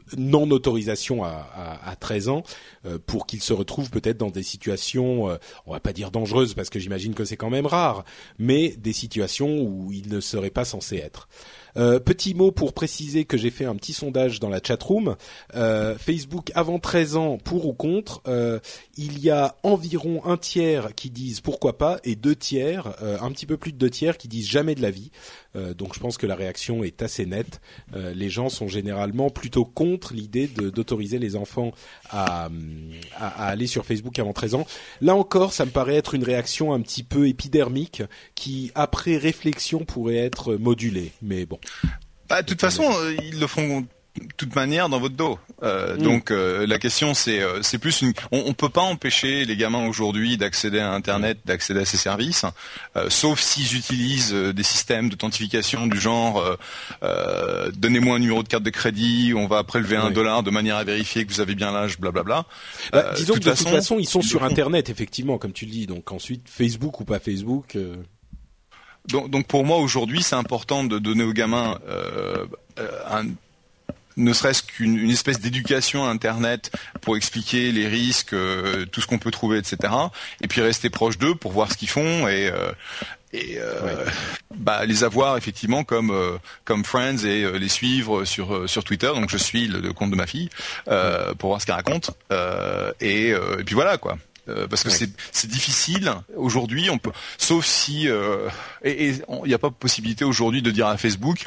non autorisation à, à, à treize ans euh, pour qu'ils se retrouvent peut-être dans des situations, euh, on va pas dire dangereuses parce que j'imagine que c'est quand même rare, mais des situations où ils ne seraient pas censés être. Euh, petit mot pour préciser que j'ai fait un petit sondage dans la chatroom. Euh, Facebook avant treize ans, pour ou contre, euh, il y a environ un tiers qui disent pourquoi pas et deux tiers, euh, un petit peu plus de deux tiers qui disent jamais de la vie. Euh, donc je pense que la réaction est assez nette. Euh, les gens sont généralement plutôt contre l'idée de, d'autoriser les enfants à, à, à aller sur Facebook avant treize ans. Là encore, ça me paraît être une réaction un petit peu épidermique qui, après réflexion, pourrait être modulée. Mais bon. Bah, de toute façon, euh, ils le font de toute manière dans votre dos. Euh, mmh. Donc euh, la question c'est euh, c'est plus une on, on peut pas empêcher les gamins aujourd'hui d'accéder à Internet, d'accéder à ces services, euh, sauf s'ils utilisent euh, des systèmes d'authentification du genre euh, euh, donnez-moi un numéro de carte de crédit, on va prélever un dollar de manière à vérifier que vous avez bien l'âge, blablabla. Bah, euh, disons que de façon, toute façon ils sont sur Internet effectivement comme tu le dis, donc ensuite Facebook ou pas Facebook. Euh... Donc, donc pour moi aujourd'hui c'est important de donner aux gamins euh, un ne serait-ce qu'une une espèce d'éducation à Internet pour expliquer les risques, euh, tout ce qu'on peut trouver, et cetera. Et puis rester proche d'eux pour voir ce qu'ils font et euh, et euh, ouais. bah les avoir effectivement comme euh, comme friends et euh, les suivre sur euh, sur Twitter. Donc je suis le, le compte de ma fille euh, pour voir ce qu'elle raconte euh, et, euh, et puis voilà quoi. Euh, parce que ouais. c'est c'est difficile aujourd'hui, on peut, sauf si euh, et il n'y a pas possibilité aujourd'hui de dire à Facebook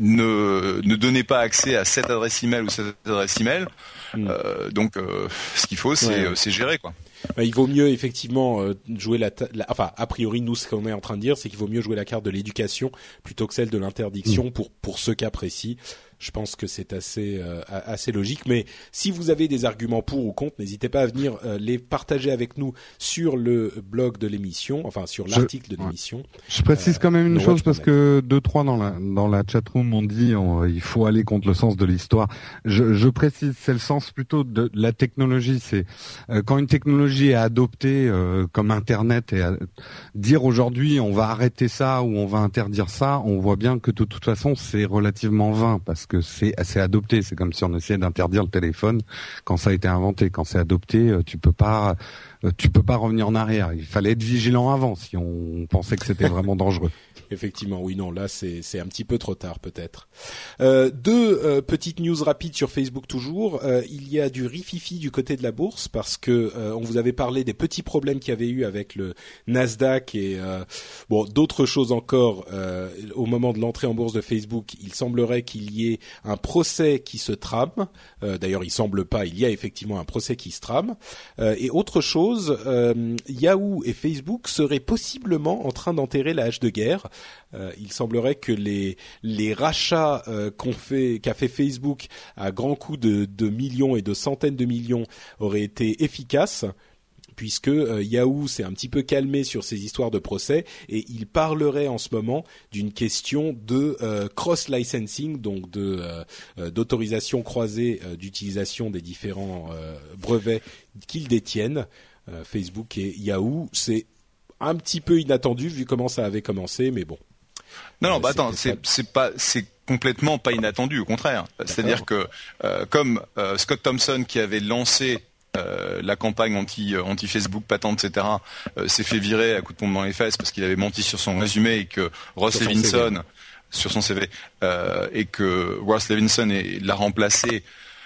ne ne donnez pas accès à cette adresse email ou cette adresse email. Mm. Euh, donc euh, ce qu'il faut c'est ouais. c'est gérer quoi. Bah, il vaut mieux effectivement euh, jouer la, ta- la, enfin a priori nous ce qu'on est en train de dire c'est qu'il vaut mieux jouer la carte de l'éducation plutôt que celle de l'interdiction mmh. pour pour ce cas précis. Je pense que c'est assez euh, assez logique. Mais si vous avez des arguments pour ou contre, n'hésitez pas à venir euh, les partager avec nous sur le blog de l'émission, enfin sur l'article je, de l'émission. Ouais. Je précise euh, quand même une chose parce que deux trois dans la dans la chatroom ont dit on, il faut aller contre le sens de l'histoire. Je, je précise c'est le sens plutôt de la technologie. C'est euh, quand une technologie est adoptée euh, comme Internet et à, dire aujourd'hui on va arrêter ça ou on va interdire ça, on voit bien que de toute façon c'est relativement vain parce que c'est c'est adopté, c'est comme si on essayait d'interdire le téléphone quand ça a été inventé. Quand c'est adopté, tu peux pas tu peux pas revenir en arrière. Il fallait être vigilant avant si on pensait que c'était vraiment dangereux. Effectivement, oui, non, là c'est c'est un petit peu trop tard peut-être. Euh, deux euh, petites news rapides sur Facebook toujours. Euh, il y a du rififi du côté de la bourse parce que euh, on vous avait parlé des petits problèmes qu'il y avait eu avec le Nasdaq et euh, bon d'autres choses encore euh, au moment de l'entrée en bourse de Facebook. Il semblerait qu'il y ait un procès qui se trame. Euh, d'ailleurs, il semble pas. Il y a effectivement un procès qui se trame. Euh, et autre chose, euh, Yahoo et Facebook seraient possiblement en train d'enterrer la hache de guerre. Euh, il semblerait que les les rachats euh, qu'on fait qu'a fait Facebook à grands coups de, de millions et de centaines de millions auraient été efficaces puisque euh, Yahoo s'est un petit peu calmé sur ces histoires de procès et il parlerait en ce moment d'une question de euh, cross-licensing, donc de euh, d'autorisation croisée euh, d'utilisation des différents euh, brevets qu'ils détiennent. Euh, Facebook et Yahoo, c'est un petit peu inattendu vu comment ça avait commencé, mais bon. Non, non, bah attends, c'est, c'est pas, c'est complètement pas inattendu, au contraire. D'accord. C'est-à-dire que euh, comme euh, Scott Thompson qui avait lancé euh, la campagne anti, euh, anti Facebook, patente, et cetera, euh, s'est fait virer à coups de pompe dans les fesses parce qu'il avait menti sur son résumé et que Ross sur Levinson, sur son C V, euh, et que Ross Levinson est, l'a remplacé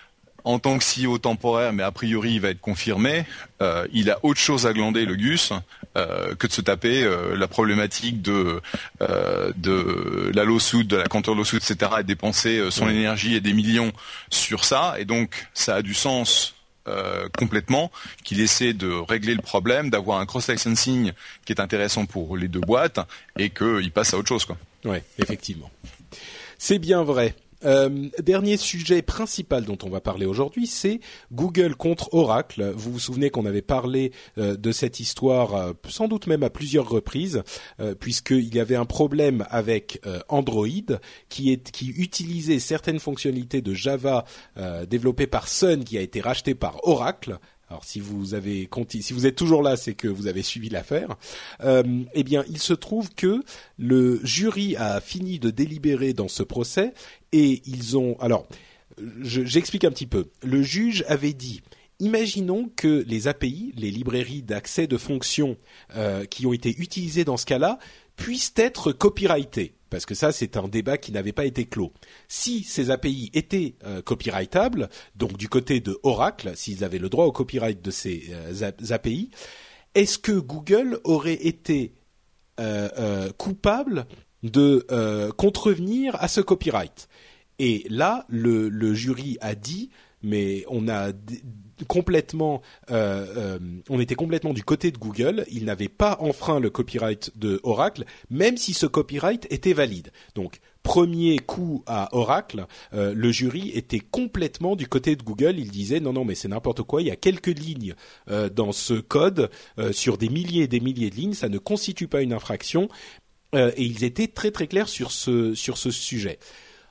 en tant que C E O temporaire, mais a priori il va être confirmé, euh, il a autre chose à glander, le Gus, euh, que de se taper euh, la problématique de euh, de la lawsuit, de la counter lawsuit, et cetera, et dépenser euh, son mmh. énergie et des millions sur ça. Et donc ça a du sens euh, complètement qu'il essaie de régler le problème, d'avoir un cross-licensing qui est intéressant pour les deux boîtes et qu'il passe à autre chose, quoi. Ouais, effectivement. C'est bien vrai. Euh, dernier sujet principal dont on va parler aujourd'hui, c'est Google contre Oracle. Vous vous souvenez qu'on avait parlé euh, de cette histoire, euh, sans doute même à plusieurs reprises, euh, puisqu'il y avait un problème avec euh, Android qui, est, qui utilisait certaines fonctionnalités de Java euh, développées par Sun, qui a été racheté par Oracle. Alors si vous avez si vous êtes toujours là, c'est que vous avez suivi l'affaire. Euh, eh bien, il se trouve que le jury a fini de délibérer dans ce procès et ils ont alors je, j'explique un petit peu. Le juge avait dit, imaginons que les A P I, les librairies d'accès de fonctions euh, qui ont été utilisées dans ce cas-là, puissent être copyrightées. Parce que ça, c'est un débat qui n'avait pas été clos. Si ces A P I étaient euh, copyrightables, donc du côté de Oracle, s'ils avaient le droit au copyright de ces euh, A P I, est-ce que Google aurait été euh, euh, coupable de euh, contrevenir à ce copyright? Et là, le, le jury a dit, mais on a d- complètement, euh, euh, on était complètement du côté de Google. Il n'avait pas enfreint le copyright de Oracle, même si ce copyright était valide. Donc, premier coup à Oracle, euh, le jury était complètement du côté de Google. Il disait non, non, mais c'est n'importe quoi. Il y a quelques lignes euh, dans ce code euh, sur des milliers et des milliers de lignes. Ça ne constitue pas une infraction. Euh, et ils étaient très très clairs sur ce sur ce sujet.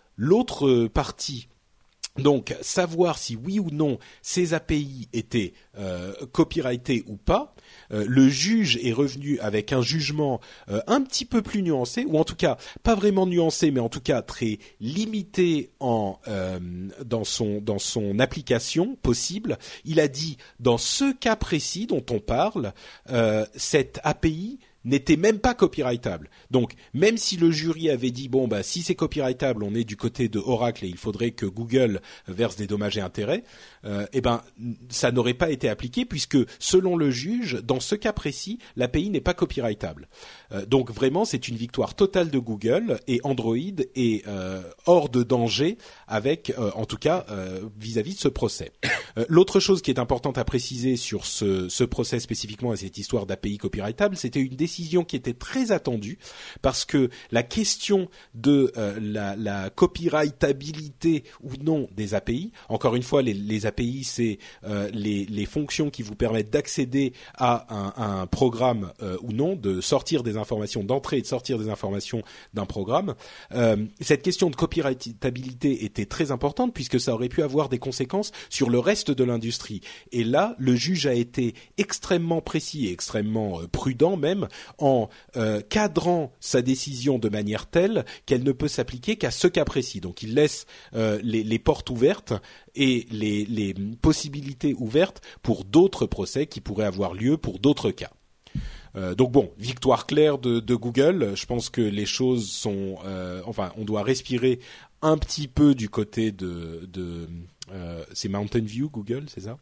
L'autre partie, donc savoir si oui ou non ces A P I étaient euh, copyrightés ou pas, euh, le juge est revenu avec un jugement euh, un petit peu plus nuancé, ou en tout cas pas vraiment nuancé, mais en tout cas très limité en euh, dans son dans son application possible. Il a dit dans ce cas précis dont on parle, euh, cette A P I n'était même pas copyrightable. Donc, même si le jury avait dit bon bah si c'est copyrightable, on est du côté de Oracle et il faudrait que Google verse des dommages et intérêts, euh, eh ben ça n'aurait pas été appliqué puisque selon le juge, dans ce cas précis, l'A P I n'est pas copyrightable. Euh, donc vraiment, c'est une victoire totale de Google et Android est euh, hors de danger avec, euh, en tout cas, euh, vis-à-vis de ce procès. Euh, l'autre chose qui est importante à préciser sur ce, ce procès spécifiquement et cette histoire d'A P I copyrightable, c'était une décision qui était très attendue parce que la question de euh, la, la copyrightabilité ou non des A P I, encore une fois, les, les A P I, c'est euh, les, les fonctions qui vous permettent d'accéder à un, à un programme euh, ou non, de sortir des informations, d'entrer et de sortir des informations d'un programme. Euh, cette question de copyrightabilité était très importante puisque ça aurait pu avoir des conséquences sur le reste de l'industrie. Et là, le juge a été extrêmement précis et extrêmement euh, prudent même en euh, cadrant sa décision de manière telle qu'elle ne peut s'appliquer qu'à ce cas précis. Donc il laisse euh, les, les portes ouvertes et les, les possibilités ouvertes pour d'autres procès qui pourraient avoir lieu pour d'autres cas. Euh, donc bon, victoire claire de, de Google. Je pense que les choses sont, euh, enfin, on doit respirer un petit peu du côté de, de euh, c'est Mountain View Google, c'est ça?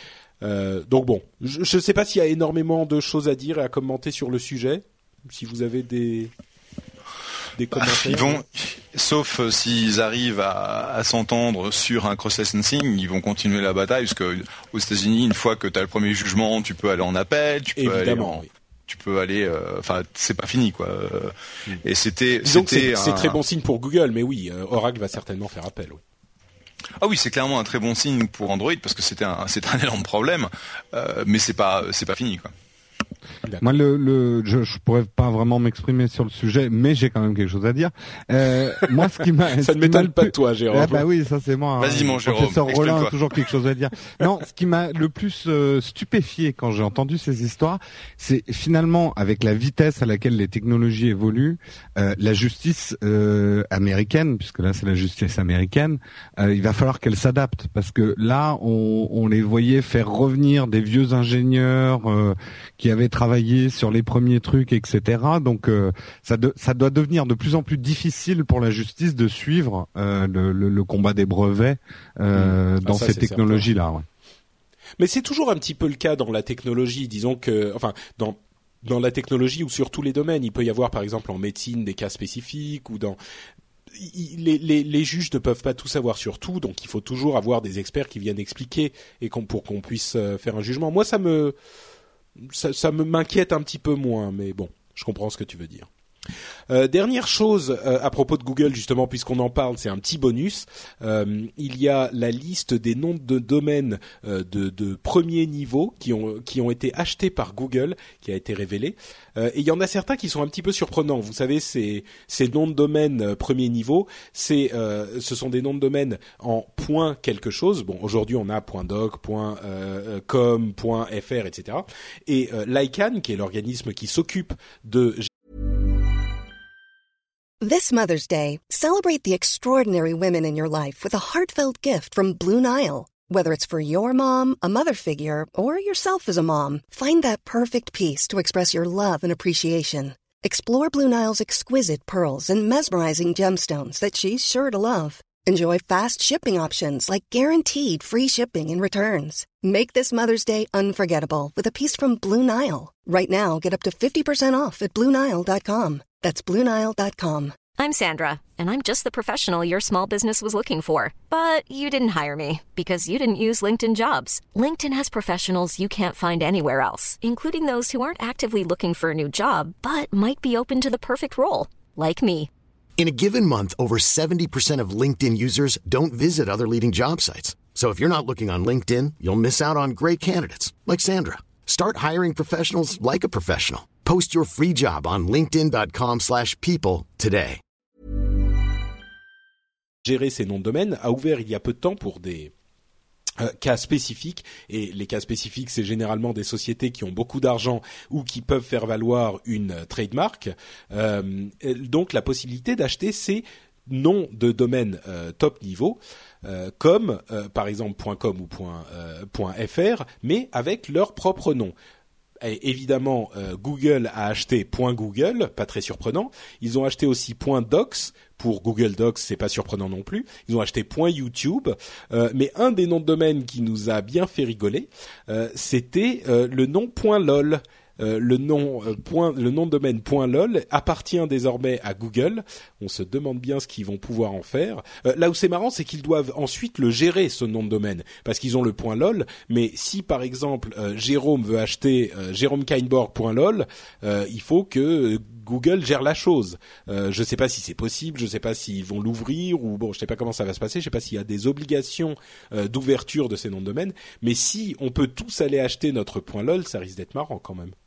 Euh, donc bon, je ne sais pas s'il y a énormément de choses à dire et à commenter sur le sujet. Si vous avez des des commentaires. Ils vont, sauf euh, s'ils arrivent à, à s'entendre sur un cross-licensing, ils vont continuer la bataille parce que aux États-Unis, une fois que tu as le premier jugement, tu peux aller en appel, tu peux Évidemment, aller en, oui. tu peux aller, enfin, euh, c'est pas fini quoi. Mm. Et c'était, disons c'était que c'est, un... c'est très bon signe pour Google, mais oui, euh, Oracle va certainement faire appel. Oui. Ah oui, c'est clairement un très bon signe pour Android parce que c'était un, c'est un énorme problème, euh, mais c'est pas, c'est pas fini quoi. D'accord. Moi, le, le, je, je pourrais pas vraiment m'exprimer sur le sujet, mais j'ai quand même quelque chose à dire. Euh, moi, ce qui m'a, ça ne m'étonne pas de toi, Jérôme. Ah bah oui, ça c'est moi. Vas-y, hein. mon Jérôme. Professeur Rollin a toujours quelque chose à dire. Non, ce qui m'a le plus euh, stupéfié quand j'ai entendu ces histoires, c'est finalement avec la vitesse à laquelle les technologies évoluent, euh, la justice euh, américaine, puisque là c'est la justice américaine, euh, il va falloir qu'elle s'adapte parce que là, on, on les voyait faire revenir des vieux ingénieurs euh, qui avaient travaillé sur les premiers trucs, et cetera. Donc euh, ça, de, ça doit devenir de plus en plus difficile pour la justice de suivre euh, le, le, le combat des brevets euh, mmh. dans ah, ça, ces technologies-là. Ouais. Mais c'est toujours un petit peu le cas dans la technologie. Disons que, enfin, dans dans la technologie ou sur tous les domaines, il peut y avoir par exemple en médecine des cas spécifiques ou dans Les, les, les juges ne peuvent pas tout savoir sur tout, donc il faut toujours avoir des experts qui viennent expliquer et qu'on, pour qu'on puisse faire un jugement. Moi, ça me ça, ça me m'inquiète un petit peu moins, mais bon, je comprends ce que tu veux dire. Euh, dernière chose euh, à propos de Google, justement, puisqu'on en parle, c'est un petit bonus. Euh, il y a la liste des noms de domaines euh, de, de premier niveau qui ont qui ont été achetés par Google, qui a été révélée. Euh, et il y en a certains qui sont un petit peu surprenants. Vous savez, ces ces noms de domaines euh, premier niveau, c'est euh, ce sont des noms de domaines en point quelque chose. Bon, aujourd'hui on a .doc, euh, .com, .fr, et cetera. Et euh, l'I C A N, qui est l'organisme qui s'occupe de This Mother's Day, celebrate the extraordinary women in your life with a heartfelt gift from Blue Nile. Whether it's for your mom, a mother figure, or yourself as a mom, find that perfect piece to express your love and appreciation. Explore Blue Nile's exquisite pearls and mesmerizing gemstones that she's sure to love. Enjoy fast shipping options like guaranteed free shipping and returns. Make this Mother's Day unforgettable with a piece from Blue Nile. Right now, get up to fifty percent off at Blue Nile dot com. That's Blue Nile dot com. I'm Sandra, and I'm just the professional your small business was looking for. But you didn't hire me because you didn't use LinkedIn Jobs. LinkedIn has professionals you can't find anywhere else, including those who aren't actively looking for a new job, but might be open to the perfect role, like me. In a given month, over seventy percent of LinkedIn users don't visit other leading job sites. So if you're not looking on LinkedIn, you'll miss out on great candidates like Sandra. Start hiring professionals like a professional. Post your free job on linkedin dot com slash people today. Gérer ces noms de domaine a ouvert il y a peu de temps pour des euh, cas spécifiques, et les cas spécifiques, c'est généralement des sociétés qui ont beaucoup d'argent ou qui peuvent faire valoir une euh, trademark, euh, donc la possibilité d'acheter ces noms de domaine euh, top niveau, euh, comme euh, par exemple .com ou euh, .fr, mais avec leur propre nom. Et évidemment, euh, Google a acheté .google, pas très surprenant. Ils ont acheté aussi .docs pour Google Docs, c'est pas surprenant non plus. Ils ont acheté .youtube, euh, mais un des noms de domaine qui nous a bien fait rigoler, euh, c'était euh, le nom .lol. Euh, le nom euh, point, le nom de domaine .lol appartient désormais à Google. On se demande bien ce qu'ils vont pouvoir en faire. Euh, là où c'est marrant, c'est qu'ils doivent ensuite le gérer, ce nom de domaine, parce qu'ils ont le .lol. Mais si par exemple euh, Jérôme veut acheter euh, jérôme kainborg point lol, euh, il faut que Google gère la chose. Euh, je ne sais pas si c'est possible, je ne sais pas s'ils vont l'ouvrir ou bon, je ne sais pas comment ça va se passer. Je ne sais pas s'il y a des obligations euh, d'ouverture de ces noms de domaine. Mais si on peut tous aller acheter notre .lol, ça risque d'être marrant quand même.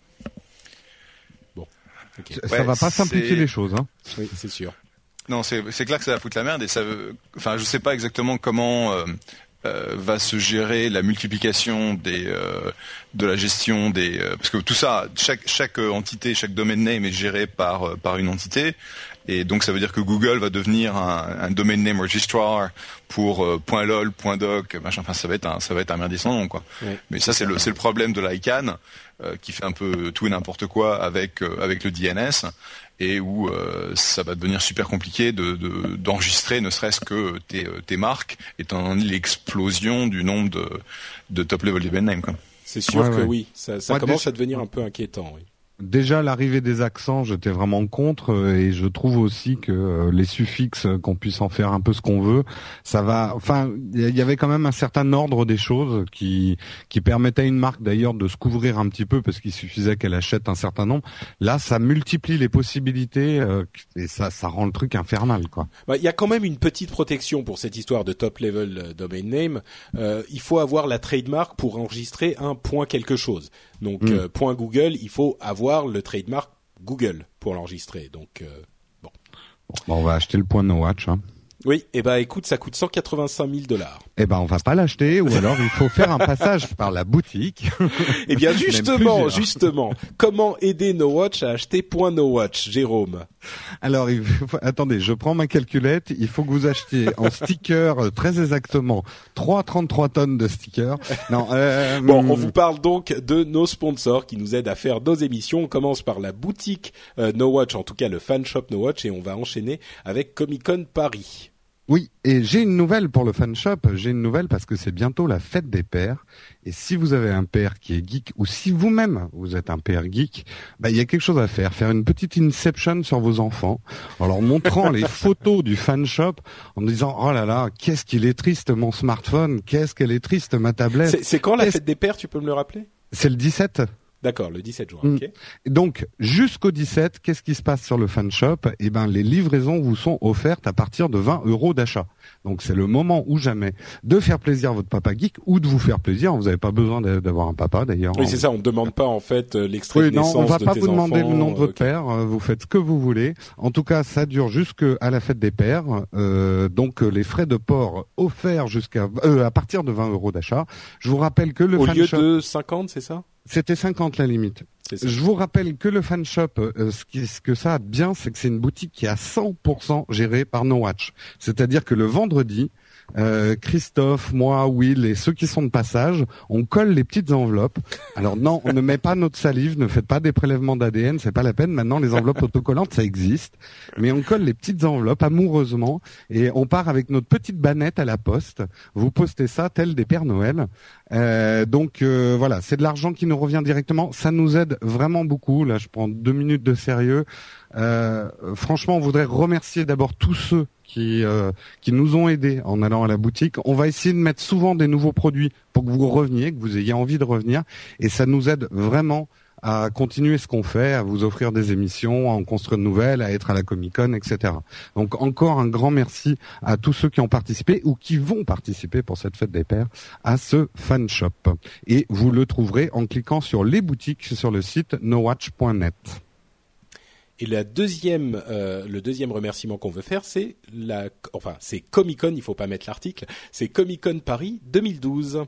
Okay. Ça ouais, va pas simplifier les choses, hein. Oui, c'est sûr. Non, c'est, c'est clair que ça va foutre la merde et ça veut, enfin, je sais pas exactement comment euh, euh, va se gérer la multiplication des, euh, de la gestion des, euh, parce que tout ça, chaque, chaque entité, chaque domaine name est géré par, euh, par une entité. Et donc ça veut dire que Google va devenir un, un domain name registrar pour euh, .lol, .doc, machin. Enfin, ça va être un, ça va être un merdier sans nom, quoi. Oui. Mais ça, c'est le, c'est le problème de l'I C A N, euh, qui fait un peu tout et n'importe quoi avec, euh, avec le D N S, et où euh, ça va devenir super compliqué de, de, d'enregistrer, ne serait-ce que tes, tes marques, étant donné l'explosion du nombre de, de top level domain name, quoi. C'est sûr ouais, que ouais. oui, ça, ça ouais, commence déjà... à devenir un peu inquiétant, oui. Déjà, l'arrivée des accents, j'étais vraiment contre, et je trouve aussi que euh, les suffixes, qu'on puisse en faire un peu ce qu'on veut, ça va. Enfin, il y avait quand même un certain ordre des choses qui qui permettait à une marque d'ailleurs de se couvrir un petit peu parce qu'il suffisait qu'elle achète un certain nombre. Là, ça multiplie les possibilités euh, et ça ça rend le truc infernal, quoi. Bah, il y a quand même une petite protection pour cette histoire de top level domain name. Euh, il faut avoir la trademark pour enregistrer un point quelque chose. Donc mmh. euh, point Google, il faut avoir le trademark Google pour l'enregistrer. Donc euh, bon. bon. On va acheter le point No Watch. Hein. Oui, et eh ben écoute, ça coûte cent quatre-vingt-cinq mille dollars. Eh ben on va pas l'acheter, ou alors il faut faire un passage par la boutique. Eh bien justement, justement, comment aider No Watch à acheter point No Watch, Jérôme? Alors il faut... attendez, je prends ma calculette. Il faut que vous achetiez en stickers très exactement trois virgule trente-trois tonnes de stickers. Non. Euh... Bon, on vous parle donc de nos sponsors qui nous aident à faire nos émissions. On commence par la boutique euh, No Watch, en tout cas le fan shop No Watch, et on va enchaîner avec Comic Con Paris. Oui, et j'ai une nouvelle pour le fan shop. J'ai une nouvelle parce que c'est bientôt la fête des pères. Et si vous avez un père qui est geek, ou si vous-même vous êtes un père geek, bah il y a quelque chose à faire. Faire une petite inception sur vos enfants, en leur montrant les photos du fan shop, en disant oh là là, qu'est-ce qu'il est triste mon smartphone, qu'est-ce qu'elle est triste ma tablette. C'est, c'est quand la fête des pères, tu peux me le rappeler? C'est le dix-sept. D'accord, le dix-sept juin. Mmh. Okay. Donc jusqu'au dix-sept, qu'est-ce qui se passe sur le fan shop? Eh ben, les livraisons vous sont offertes à partir de vingt euros d'achat. Donc c'est le moment ou jamais de faire plaisir à votre papa geek ou de vous faire plaisir. Vous n'avez pas besoin d'avoir un papa d'ailleurs. Oui, c'est ça. On ne demande pas en fait l'extrait oui, de naissance non, on va de pas tes vous demander enfants, le nom de votre okay. père. Vous faites ce que vous voulez. En tout cas, ça dure jusqu'à la fête des pères. Euh, donc les frais de port offerts jusqu'à euh, à partir de vingt euros d'achat. Je vous rappelle que le au fan lieu shop, de cinquante, c'est ça? C'était cinquante la limite. Je vous rappelle que le fan shop, euh, ce, qui, ce que ça a de bien, c'est que c'est une boutique qui est à cent pour cent gérée par No Watch. C'est-à-dire que le vendredi, euh, Christophe, moi, Will et ceux qui sont de passage, on colle les petites enveloppes. Alors non, on ne met pas notre salive, ne faites pas des prélèvements d'A D N, c'est pas la peine. Maintenant, les enveloppes autocollantes, ça existe. Mais on colle les petites enveloppes amoureusement et on part avec notre petite bannette à la poste. Vous postez ça tel des Pères Noël. Euh, donc euh, voilà, c'est de l'argent qui nous revient directement. Ça nous aide vraiment beaucoup. Là, je prends deux minutes de sérieux. Euh, franchement, on voudrait remercier d'abord tous ceux qui euh, qui nous ont aidés en allant à la boutique. On va essayer de mettre souvent des nouveaux produits pour que vous reveniez, que vous ayez envie de revenir, et ça nous aide vraiment à continuer ce qu'on fait, à vous offrir des émissions, à en construire de nouvelles, à être à la Comic-Con, et cetera. Donc encore un grand merci à tous ceux qui ont participé ou qui vont participer pour cette fête des pères à ce fan shop. Et vous le trouverez en cliquant sur les boutiques sur le site no watch point net. Et la deuxième, euh, le deuxième remerciement qu'on veut faire, c'est la, enfin, c'est Comic-Con. Il faut pas mettre l'article. C'est Comic-Con Paris deux mille douze.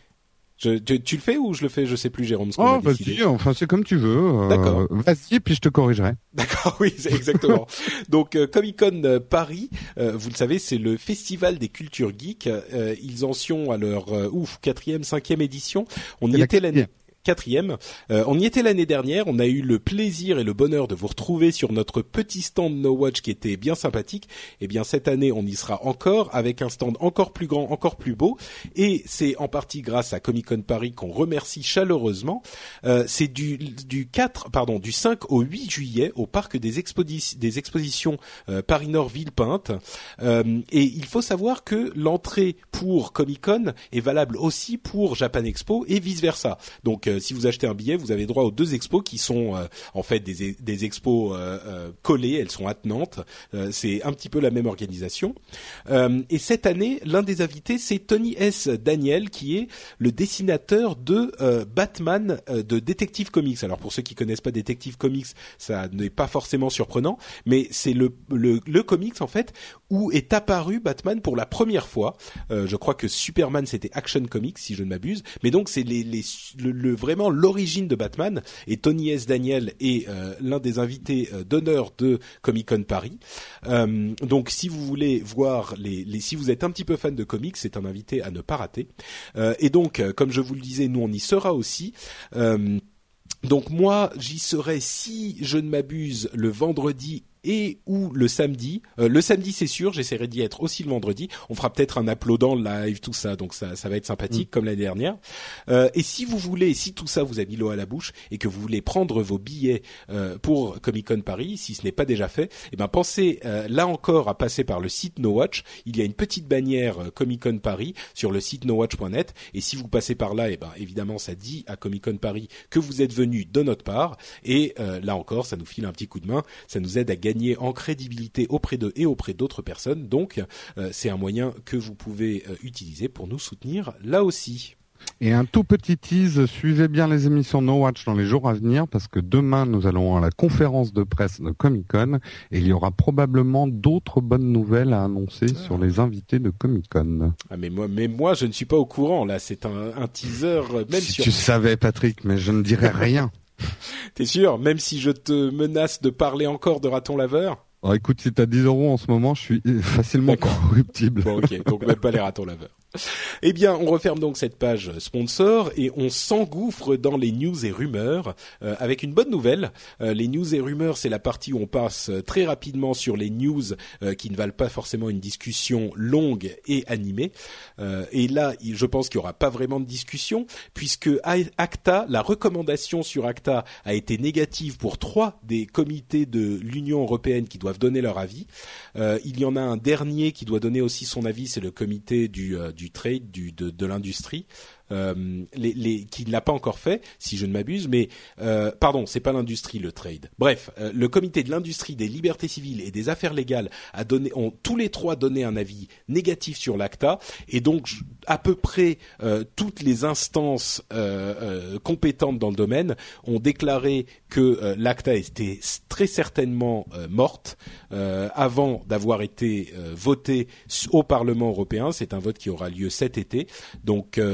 Je, tu, tu le fais ou je le fais? Je sais plus, Jérôme. Ce qu'on oh, a décidé. vas-y, enfin c'est comme tu veux. Euh, D'accord. Vas-y, puis je te corrigerai. D'accord, oui, c'est exactement. Donc euh, Comic-Con euh, Paris, euh, vous le savez, c'est le festival des cultures geeks. Euh, ils en sont à leur euh, ouf quatrième, cinquième édition. On y était l'année. Quatrième. Euh, on y était l'année dernière. On a eu le plaisir et le bonheur de vous retrouver sur notre petit stand No Watch qui était bien sympathique. Eh bien, cette année, on y sera encore avec un stand encore plus grand, encore plus beau. Et c'est en partie grâce à Comic-Con Paris qu'on remercie chaleureusement. Euh, c'est du, du quatre, pardon, du cinq au huit juillet au parc des, expodi- des expositions euh, Paris Nord Villepinte. Euh, et il faut savoir que l'entrée pour Comic-Con est valable aussi pour Japan Expo et vice versa. Donc, euh, si vous achetez un billet, vous avez droit aux deux expos qui sont euh, en fait des, des expos euh, euh, collées, elles sont attenantes. Euh, c'est un petit peu la même organisation. Euh, et cette année, l'un des invités, c'est Tony S. Daniel, qui est le dessinateur de euh, Batman euh, de Detective Comics. Alors pour ceux qui connaissent pas Detective Comics, ça n'est pas forcément surprenant, mais c'est le, le, le comics en fait où est apparu Batman pour la première fois. Euh, je crois que Superman c'était Action Comics si je ne m'abuse, mais donc c'est les, les le, le vraiment l'origine de Batman, et Tony S. Daniel est euh, l'un des invités euh, d'honneur de Comic-Con Paris. Euh, donc si vous voulez voir les, les si vous êtes un petit peu fan de comics, c'est un invité à ne pas rater. Euh, et donc euh, comme je vous le disais, nous on y sera aussi. Euh, donc moi j'y serai si je ne m'abuse le vendredi et ou le samedi. Euh, le samedi, c'est sûr, j'essaierai d'y être aussi le vendredi. On fera peut-être un applaudant live, tout ça, donc ça, ça va être sympathique, mmh. comme l'année dernière. Euh, et si vous voulez, si tout ça vous a mis l'eau à la bouche et que vous voulez prendre vos billets euh, pour Comic-Con Paris, si ce n'est pas déjà fait, eh ben pensez euh, là encore à passer par le site No Watch. Il y a une petite bannière euh, Comic-Con Paris sur le site no watch point net. Et si vous passez par là, eh ben évidemment, ça dit à Comic-Con Paris que vous êtes venu de notre part. Et euh, là encore, ça nous file un petit coup de main. Ça nous aide à gagner en crédibilité auprès d'eux et auprès d'autres personnes. Donc, euh, c'est un moyen que vous pouvez euh, utiliser pour nous soutenir là aussi. Et un tout petit tease, suivez bien les émissions No Watch dans les jours à venir parce que demain, nous allons à la conférence de presse de Comic-Con et il y aura probablement d'autres bonnes nouvelles à annoncer ah. sur les invités de Comic-Con. Ah mais moi, mais moi, je ne suis pas au courant. Là, c'est un, un teaser. Même si sur... tu savais, Patrick, mais je ne dirai rien. T'es sûr? Même si je te menace de parler encore de raton laveur? Oh, écoute, si t'as dix euros en ce moment, je suis facilement D'accord. corruptible. Bon, ok, donc même pas les ratons laveurs. Eh bien, on referme donc cette page sponsor et on s'engouffre dans les news et rumeurs euh, avec une bonne nouvelle. Euh, les news et rumeurs, c'est la partie où on passe très rapidement sur les news euh, qui ne valent pas forcément une discussion longue et animée. Euh, et là, je pense qu'il n'y aura pas vraiment de discussion puisque ACTA, la recommandation sur ACTA a été négative pour trois des comités de l'Union européenne qui doivent donner leur avis. Euh, il y en a un dernier qui doit donner aussi son avis, c'est le comité du, euh, du trade, du, de, de l'industrie. Euh, les, les, qui ne l'a pas encore fait, si je ne m'abuse, mais euh, pardon, c'est pas l'industrie, le trade. Bref, euh, le comité de l'industrie, des libertés civiles et des affaires légales a donné, ont tous les trois donné un avis négatif sur l'ACTA, et donc à peu près euh, toutes les instances euh, euh, compétentes dans le domaine ont déclaré que euh, l'ACTA était très certainement euh, morte euh, avant d'avoir été euh, votée au Parlement européen. C'est un vote qui aura lieu cet été, donc euh, tout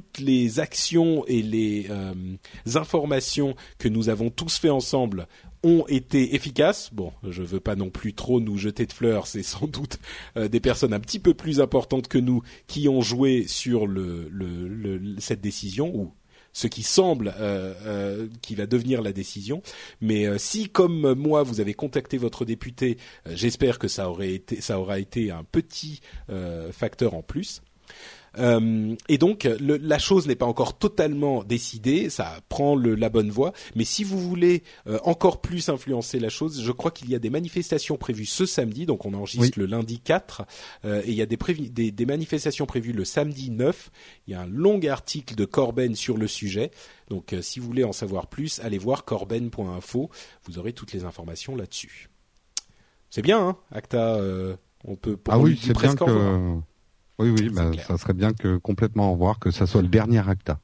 toutes les actions et les euh, informations que nous avons tous fait ensemble ont été efficaces. Bon, je veux pas non plus trop nous jeter de fleurs, c'est sans doute euh, des personnes un petit peu plus importantes que nous qui ont joué sur le, le, le cette décision, ou ce qui semble euh, euh, qui va devenir la décision. Mais euh, si, comme moi, vous avez contacté votre député, euh, j'espère que ça aurait été, ça aura été un petit euh, facteur en plus. Euh, et donc, le, la chose n'est pas encore totalement décidée, ça prend le, la bonne voie. Mais si vous voulez euh, encore plus influencer la chose, je crois qu'il y a des manifestations prévues ce samedi. Donc, on enregistre oui. le lundi quatre, euh, et il y a des, prévi- des, des manifestations prévues le samedi neuf. Il y a un long article de Corben sur le sujet. Donc, euh, si vous voulez en savoir plus, allez voir corben point info. Vous aurez toutes les informations là-dessus. C'est bien, hein, Acta. Euh, on peut. Ah on oui, c'est bien que. Revoir. Oui, oui, bah, ça serait bien que complètement au revoir, que ça soit le dernier Acta.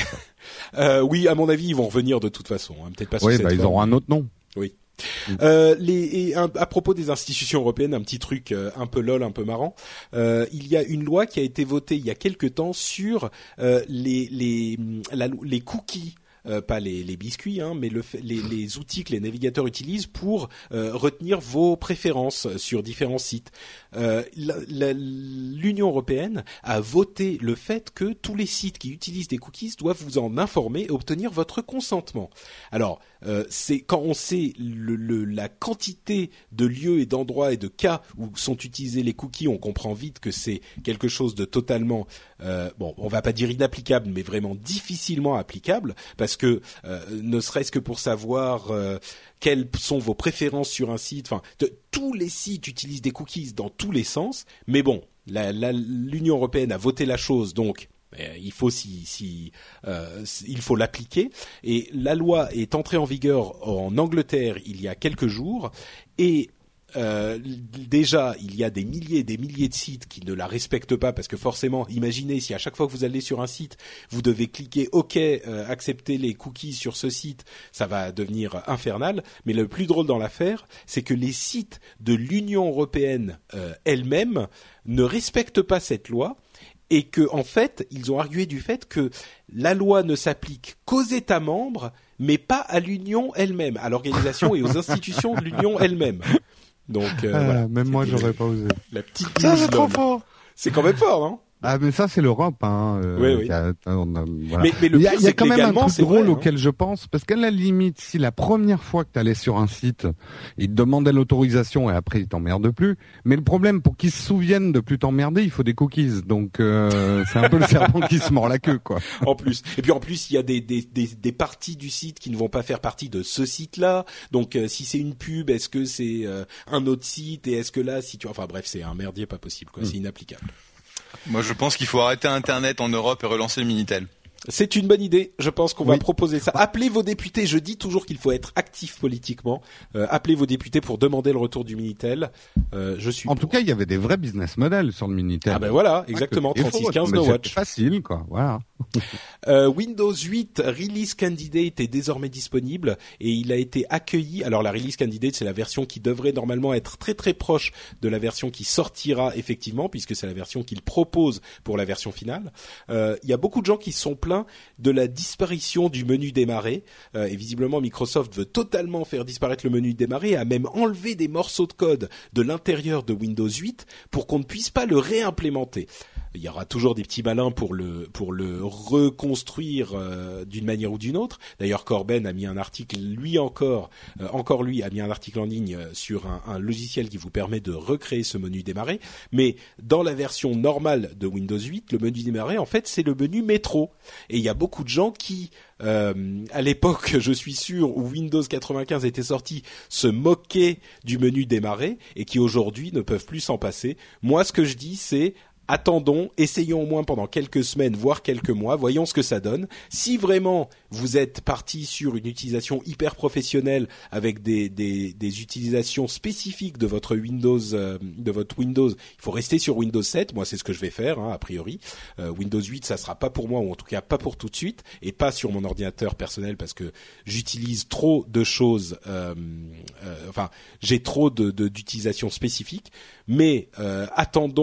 euh, oui, à mon avis, ils vont revenir de toute façon. Hein. Peut-être pas sous oui, cette bah, forme. Ils auront un autre nom. Oui. Mmh. Euh, les, et un, à propos des institutions européennes, un petit truc euh, un peu lol, un peu marrant. Euh, il y a une loi qui a été votée il y a quelque temps sur euh, les les la, les cookies. Euh, pas les, les biscuits, hein, mais le, les, les outils que les navigateurs utilisent pour euh, retenir vos préférences sur différents sites. Euh, la, la, L'Union européenne a voté le fait que tous les sites qui utilisent des cookies doivent vous en informer et obtenir votre consentement. Alors, euh, c'est quand on sait le, le, la quantité de lieux et d'endroits et de cas où sont utilisés les cookies, on comprend vite que c'est quelque chose de totalement, euh, bon, on va pas dire inapplicable, mais vraiment difficilement applicable, parce que euh, ne serait-ce que pour savoir euh, quelles sont vos préférences sur un site, enfin, de, tous les sites utilisent des cookies dans tous les sens, mais bon, la, la, l'Union européenne a voté la chose, donc euh, il faut si, si euh, il faut l'appliquer. Et la loi est entrée en vigueur en Angleterre il y a quelques jours, et Euh, déjà, il y a des milliers et des milliers de sites qui ne la respectent pas, parce que forcément, imaginez si à chaque fois que vous allez sur un site, vous devez cliquer OK, euh, accepter les cookies sur ce site, ça va devenir infernal. Mais le plus drôle dans l'affaire, c'est que les sites de l'Union européenne euh, elle-même ne respectent pas cette loi. Et que, en fait, ils ont argué du fait que la loi ne s'applique qu'aux États membres, mais pas à l'Union elle-même, à l'organisation et aux institutions de l'Union elle-même. Donc, euh, ah, voilà. Même moi, j'aurais pas osé. La petite ça, c'est trop fort. C'est quand même fort, non? Ah, mais ça, c'est l'Europe, hein. Euh, oui, oui. A, on a, voilà. Mais, mais le il y a, pire, il y a c'est quand que même un légalement, truc c'est drôle vrai, hein. auquel je pense, parce qu'à la limite, si la première fois que tu allais sur un site, ils te demandaient l'autorisation et après ils t'emmerdent plus. Mais le problème, pour qu'ils se souviennent de plus t'emmerder, il faut des cookies. Donc, euh, c'est un peu le serpent qui se mord la queue, quoi. En plus. Et puis en plus, il y a des, des, des, des parties du site qui ne vont pas faire partie de ce site-là. Donc, euh, si c'est une pub, est-ce que c'est euh, un autre site, et est-ce que là, si tu, enfin bref, c'est un merdier pas possible, quoi. Mmh. C'est inapplicable. Moi, je pense qu'il faut arrêter Internet en Europe et relancer le Minitel. C'est une bonne idée. Je pense qu'on oui. va proposer ça. Appelez vos députés. Je dis toujours qu'il faut être actif politiquement. Euh, appelez vos députés pour demander le retour du Minitel. Euh, je suis. En pour. tout cas, il y avait des vrais business models sur le Minitel. Ah ben voilà, exactement. trente-six quinze No Watch. Facile, quoi. Voilà. euh, Windows huit Release Candidate est désormais disponible et il a été accueilli. Alors la Release Candidate, c'est la version qui devrait normalement être très très proche de la version qui sortira effectivement, puisque c'est la version qu'il propose pour la version finale. Euh, il y a beaucoup de gens qui se sont plaints de la disparition du menu démarrer, euh, et visiblement Microsoft veut totalement faire disparaître le menu démarrer et a même enlevé des morceaux de code de l'intérieur de Windows huit pour qu'on ne puisse pas le réimplémenter. Il y aura toujours des petits malins pour le pour le reconstruire euh, d'une manière ou d'une autre. D'ailleurs, Corben a mis un article, lui encore, euh, encore lui a mis un article en ligne sur un, un logiciel qui vous permet de recréer ce menu démarrer. Mais dans la version normale de Windows huit, le menu démarrer, en fait, c'est le menu métro. Et il y a beaucoup de gens qui, euh, à l'époque, je suis sûr, où Windows quatre-vingt-quinze était sorti, se moquaient du menu démarrer et qui aujourd'hui ne peuvent plus s'en passer. Moi, ce que je dis, c'est attendons, essayons au moins pendant quelques semaines, voire quelques mois, voyons ce que ça donne. Si vraiment vous êtes parti sur une utilisation hyper professionnelle avec des, des, des utilisations spécifiques de votre Windows, euh, de votre Windows, il faut rester sur Windows sept. Moi, c'est ce que je vais faire, hein, a priori. Euh, Windows huit, ça sera pas pour moi, ou en tout cas pas pour tout de suite, et pas sur mon ordinateur personnel parce que j'utilise trop de choses. Euh, euh, enfin, j'ai trop de, de d'utilisation spécifique. Mais euh, attendons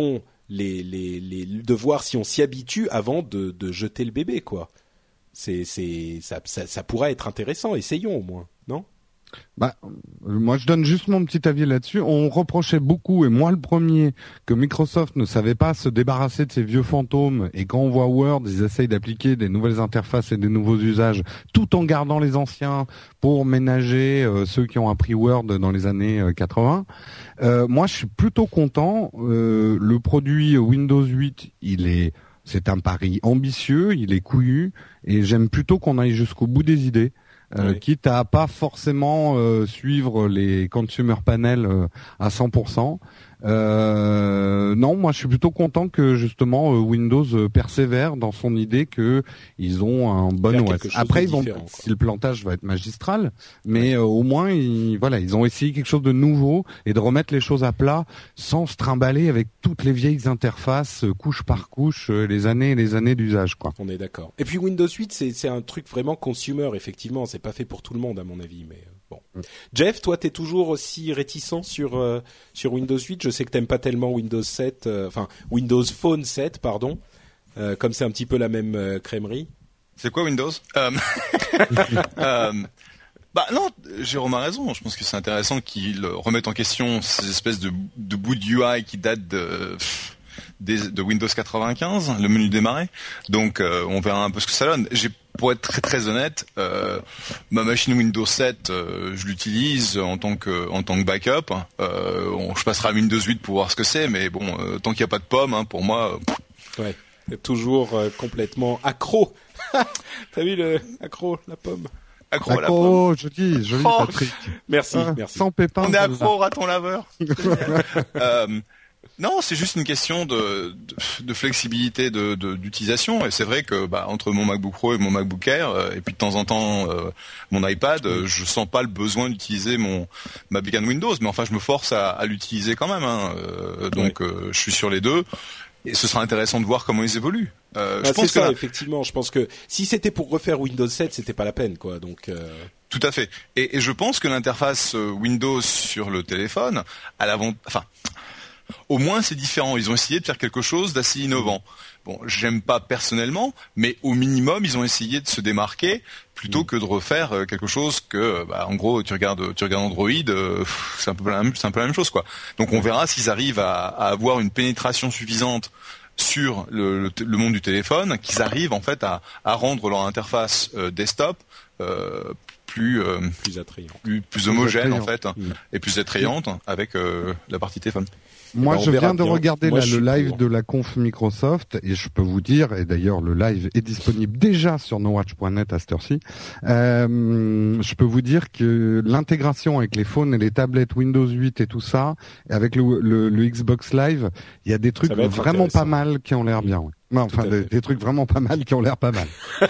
les, les, les, de voir si on s'y habitue avant de, de jeter le bébé, quoi. C'est, c'est, ça, ça, ça pourrait être intéressant. Essayons au moins, non? Bah, moi je donne juste mon petit avis là-dessus. On reprochait beaucoup, et moi le premier, que Microsoft ne savait pas se débarrasser de ces vieux fantômes, et quand on voit Word, ils essayent d'appliquer des nouvelles interfaces et des nouveaux usages, tout en gardant les anciens pour ménager euh, ceux qui ont appris Word dans les années euh, quatre-vingts. Euh, moi je suis plutôt content. Euh, le produit Windows huit, il est, c'est un pari ambitieux, il est couillu, et j'aime plutôt qu'on aille jusqu'au bout des idées. Euh, oui. Quitte à pas forcément euh, suivre les consumer panels euh, à cent pour cent. Euh, non, moi je suis plutôt content que justement euh, Windows euh, persévère dans son idée que ils ont un bon O S. Après ils vont, si le plantage va être magistral, mais euh, au moins ils, voilà, ils ont essayé quelque chose de nouveau et de remettre les choses à plat sans se trimballer avec toutes les vieilles interfaces euh, couche par couche, euh, les années et les années d'usage, quoi. On est d'accord. Et puis Windows huit, c'est c'est un truc vraiment consumer, effectivement, c'est pas fait pour tout le monde à mon avis, mais euh, bon. Mm. Jeff, toi t'es toujours aussi réticent sur euh, sur Windows huit. Je sais que t'aimes pas tellement Windows sept, euh, enfin Windows Phone sept, pardon, euh, comme c'est un petit peu la même euh, crèmerie. C'est quoi Windows euh, euh, Bah non, Jérôme a raison. Je pense que c'est intéressant qu'ils remettent en question ces espèces de, de bouts de U I qui datent de, de, de Windows quatre-vingt-quinze, le menu démarrer. Donc euh, on verra un peu ce que ça donne. J'ai Pour être très très honnête, euh, ma machine Windows sept, euh, je l'utilise en tant que en tant que backup. Euh, on, je passerai à Windows huit pour voir ce que c'est, mais bon, euh, tant qu'il n'y a pas de pomme, hein, pour moi. Euh, ouais, c'est toujours euh, complètement accro. T'as vu le accro, la pomme. Accro, accro la pomme. Je dis, joli oh, Patrick. Merci, ah, merci. Sans pépin. On est accro au raton laveur. euh, Non, c'est juste une question de, de, de flexibilité de, de, d'utilisation. Et c'est vrai que bah, entre mon MacBook Pro et mon MacBook Air, euh, et puis de temps en temps euh, mon iPad, euh, je sens pas le besoin d'utiliser mon ma bécane Windows. Mais enfin, je me force à, à l'utiliser quand même. Hein. Euh, donc, ouais. euh, je suis sur les deux. Et ce sera intéressant de voir comment ils évoluent. Euh, ah, je pense c'est que ça, là... effectivement. Je pense que si c'était pour refaire Windows sept, c'était pas la peine, quoi. Donc. Euh... Tout à fait. Et, et je pense que l'interface Windows sur le téléphone, à l'avant, enfin. Au moins, c'est différent. Ils ont essayé de faire quelque chose d'assez innovant. Bon, j'aime pas personnellement, mais au minimum, ils ont essayé de se démarquer plutôt que de refaire quelque chose que, bah, en gros, tu regardes, tu regardes Android, euh, c'est un peu la même, c'est un peu la même chose, quoi. Donc, on verra s'ils arrivent à, à avoir une pénétration suffisante sur le, le, le monde du téléphone, qu'ils arrivent en fait à, à rendre leur interface euh, desktop euh, plus euh, plus attrayante, plus, plus homogène en fait, mmh. et plus attrayante avec euh, la partie téléphone. Moi, Alors, je viens de bien. regarder Moi, là, le live pour. de la conf Microsoft et je peux vous dire, et d'ailleurs le live est disponible déjà sur nowatch point net à cette heure-ci, euh, je peux vous dire que l'intégration avec les phones et les tablettes Windows huit et tout ça, avec le, le, le Xbox Live, il y a des trucs vraiment pas mal qui ont l'air bien. Ouais. Non, enfin, des, des trucs vraiment pas mal qui ont l'air pas mal.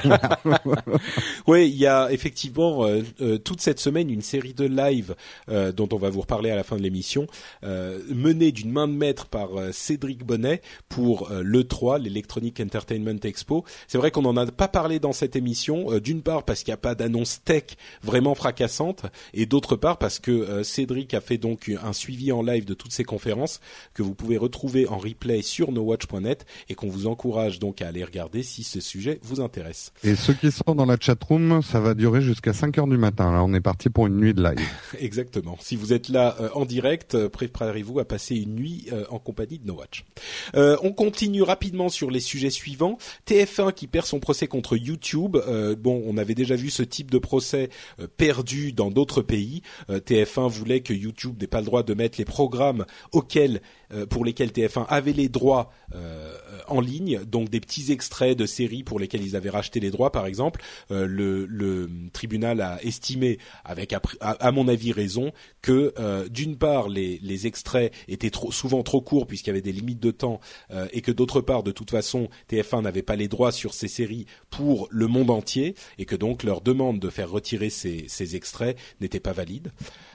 Oui, il y a effectivement euh, euh, toute cette semaine une série de lives euh, dont on va vous reparler à la fin de l'émission, euh, menée d'une main de maître par euh, Cédric Bonnet pour euh, l'E trois, l'Electronic Entertainment Expo. C'est vrai qu'on n'en a pas parlé dans cette émission, euh, d'une part parce qu'il n'y a pas d'annonce tech vraiment fracassante, et d'autre part parce que euh, Cédric a fait donc un suivi en live de toutes ces conférences que vous pouvez retrouver en replay sur nowatch point net et qu'on vous encourage donc à aller regarder si ce sujet vous intéresse. Et ceux qui sont dans la chatroom, ça va durer jusqu'à cinq heures du matin. Là, on est parti pour une nuit de live. Exactement. Si vous êtes là euh, en direct, euh, préparez-vous à passer une nuit euh, en compagnie de NoWatch. Euh, on continue rapidement sur les sujets suivants. T F un qui perd son procès contre YouTube. Euh, bon, on avait déjà vu ce type de procès euh, perdu dans d'autres pays. Euh, T F un voulait que YouTube n'ait pas le droit de mettre les programmes auxquels euh, pour lesquels T F un avait les droits euh, en ligne, donc des petits extraits de séries pour lesquels ils avaient racheté les droits, par exemple. Euh, le, le tribunal a estimé, avec à, à mon avis raison, que euh, d'une part les, les extraits étaient trop, souvent trop courts puisqu'il y avait des limites de temps, euh, et que d'autre part, de toute façon, T F un n'avait pas les droits sur ces séries pour le monde entier, et que donc leur demande de faire retirer ces, ces extraits n'était pas valide.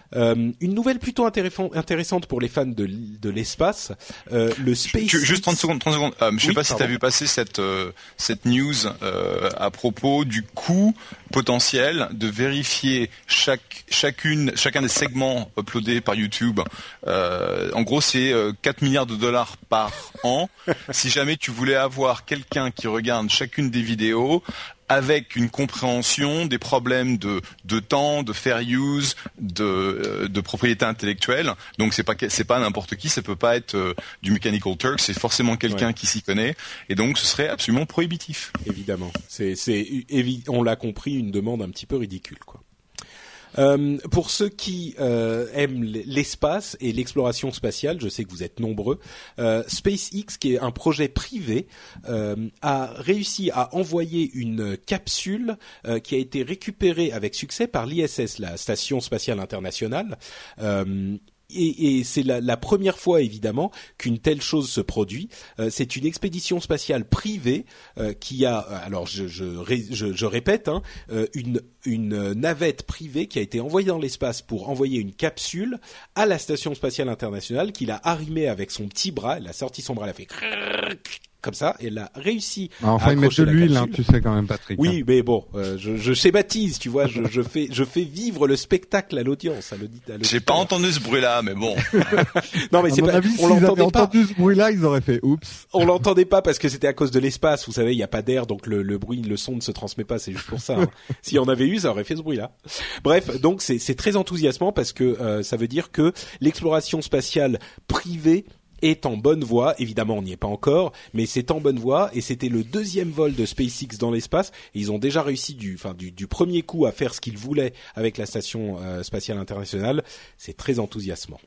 Euh, une nouvelle plutôt intéressante pour les fans de, de l'espace, euh, le Space. Tu, juste trente secondes, trente secondes. Euh, je sais oui, pas si tu as vu passer cette euh, cette news euh, à propos du coût potentiel de vérifier chaque chacune chacun des segments uploadés par YouTube. Euh, en gros, c'est euh, quatre milliards de dollars par an. Si jamais tu voulais avoir quelqu'un qui regarde chacune des vidéos avec une compréhension des problèmes de, de temps, de fair use, de, de propriété intellectuelle. Donc c'est pas c'est pas n'importe qui, ça peut pas être euh, du Mechanical Turk, c'est forcément quelqu'un ouais. qui s'y connaît, et donc ce serait absolument prohibitif. Évidemment, c'est c'est on l'a compris, une demande un petit peu ridicule, quoi. Euh, pour ceux qui euh, aiment l'espace et l'exploration spatiale, je sais que vous êtes nombreux, euh, SpaceX, qui est un projet privé, euh, a réussi à envoyer une capsule euh, qui a été récupérée avec succès par l'I S S, la Station Spatiale Internationale. Euh, Et, et c'est la, la première fois évidemment qu'une telle chose se produit. Euh, c'est une expédition spatiale privée euh, qui a, alors je, je, je, je répète, hein, euh, une, une navette privée qui a été envoyée dans l'espace pour envoyer une capsule à la Station Spatiale Internationale, qu'il a arrimée avec son petit bras. Elle a sorti son bras, elle a fait comme ça, et elle a réussi alors, enfin, à accrocher ils mettent de l'huile, hein, capsule. tu sais quand même, Patrick. Oui, hein. mais bon, euh, je, je schématise, tu vois, je, je fais, je fais vivre le spectacle à l'audience, à l'auditeur. J'ai pas entendu ce bruit-là, mais bon. Non, mais à c'est mon pas. avis, On s'ils l'entendait avaient pas. entendu ce bruit-là, ils auraient fait oups. On l'entendait pas parce que c'était à cause de l'espace. Vous savez, il y a pas d'air, donc le, le bruit, le son ne se transmet pas. C'est juste pour ça. Hein. S'il y en avait eu, ça aurait fait ce bruit-là. Bref, donc c'est, c'est très enthousiasmant parce que euh, ça veut dire que l'exploration spatiale privée est en bonne voie. Évidemment, on n'y est pas encore, mais c'est en bonne voie, et c'était le deuxième vol de SpaceX dans l'espace, et ils ont déjà réussi du, enfin, du, du premier coup à faire ce qu'ils voulaient avec la station euh, spatiale internationale. C'est très enthousiasmant.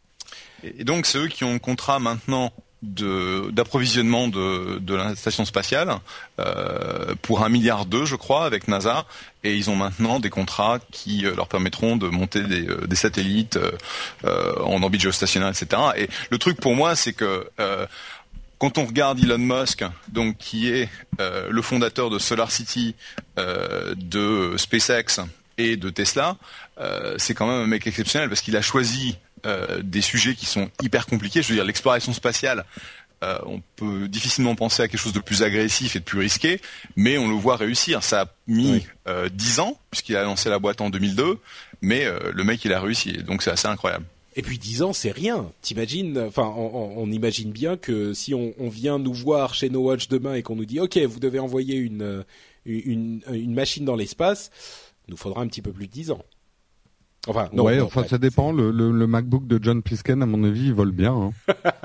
Et donc, c'est eux qui ont le contrat maintenant de d'approvisionnement de de la station spatiale euh, pour un milliard deux, je crois, avec NASA, et ils ont maintenant des contrats qui euh, leur permettront de monter des euh, des satellites euh, en orbite géostationnaire, et cetera. Et le truc pour moi, c'est que euh, quand on regarde Elon Musk, donc qui est euh, le fondateur de SolarCity, euh, de SpaceX et de Tesla, euh, c'est quand même un mec exceptionnel parce qu'il a choisi Euh, des sujets qui sont hyper compliqués. Je veux dire, l'exploration spatiale, euh, on peut difficilement penser à quelque chose de plus agressif et de plus risqué, mais on le voit réussir. Ça a mis oui. euh, dix ans, puisqu'il a lancé la boîte en deux mille deux, mais euh, le mec, il a réussi, donc c'est assez incroyable. Et puis dix ans, c'est rien. T'imagines, enfin, on, on imagine bien que si on, on vient nous voir chez No Watch demain et qu'on nous dit, ok, vous devez envoyer une, une, une machine dans l'espace, il nous faudra un petit peu plus de dix ans. Enfin, non, ouais, non, enfin, ouais, ça dépend. Le, le, le MacBook de John Plisken, à mon avis, il vole bien. Hein.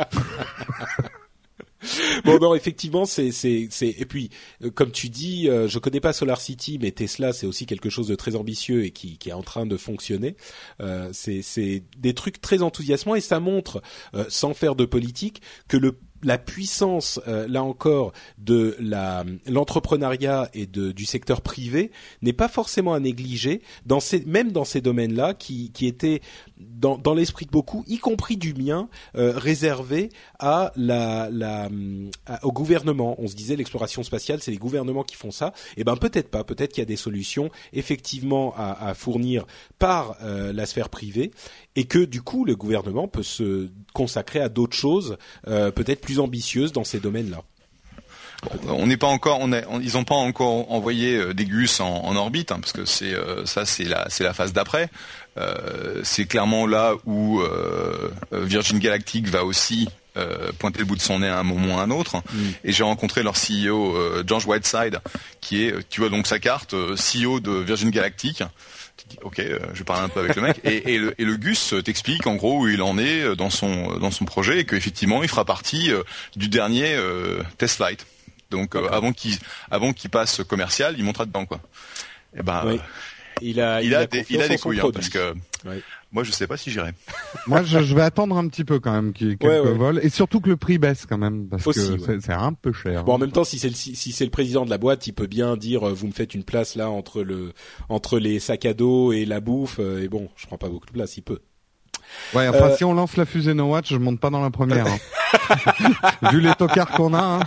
Bon, non, effectivement, c'est, c'est, c'est. Et puis, euh, comme tu dis, euh, je connais pas SolarCity, mais Tesla, c'est aussi quelque chose de très ambitieux et qui, qui est en train de fonctionner. Euh, c'est, c'est des trucs très enthousiasmants, et ça montre, euh, sans faire de politique, que le la puissance, euh, là encore, de la l'entrepreneuriat et de du secteur privé n'est pas forcément à négliger dans ces même dans ces domaines-là qui qui étaient dans dans l'esprit de beaucoup, y compris du mien, euh, réservés à la la à, au gouvernement. On se disait l'exploration spatiale, c'est les gouvernements qui font ça. Et ben peut-être pas. Peut-être qu'il y a des solutions effectivement à, à fournir par euh, la sphère privée, et que du coup le gouvernement peut se consacrer à d'autres choses, euh, peut-être plus ambitieuses dans ces domaines-là. On n'est pas encore, on est, on, ils n'ont pas encore envoyé euh, des Gus en, en orbite, hein, parce que c'est euh, ça, c'est la, c'est la phase d'après. Euh, c'est clairement là où euh, Virgin Galactic va aussi euh, pointer le bout de son nez à un moment ou à un autre. Mm. Et j'ai rencontré leur C E O, euh, George Whiteside, qui est, tu vois donc sa carte, euh, C E O de Virgin Galactic. Ok, euh, je parle un peu avec le mec, et, et, le, et le Gus t'explique en gros où il en est dans son dans son projet, et qu'effectivement il fera partie euh, du dernier euh, test flight. Donc euh, avant qu'il avant qu'il passe commercial, il montera dedans, quoi. Et ben oui. euh, il a il, il a, a des, il a des couilles, hein, parce que oui. Moi je sais pas si j'irai. Moi je, je vais attendre un petit peu quand même qu'il y ait quelques ouais, ouais. vols, et surtout que le prix baisse quand même, parce Aussi, que ouais. c'est, c'est un peu cher. Bon, en même temps, si c'est le, si, si c'est le président de la boîte, il peut bien dire euh, vous me faites une place là entre le entre les sacs à dos et la bouffe, euh, et bon, je prends pas beaucoup de place, il peut. Ouais, enfin euh... si on lance la fusée No Watch, je monte pas dans la première. Hein. Vu les tocards qu'on a. Hein.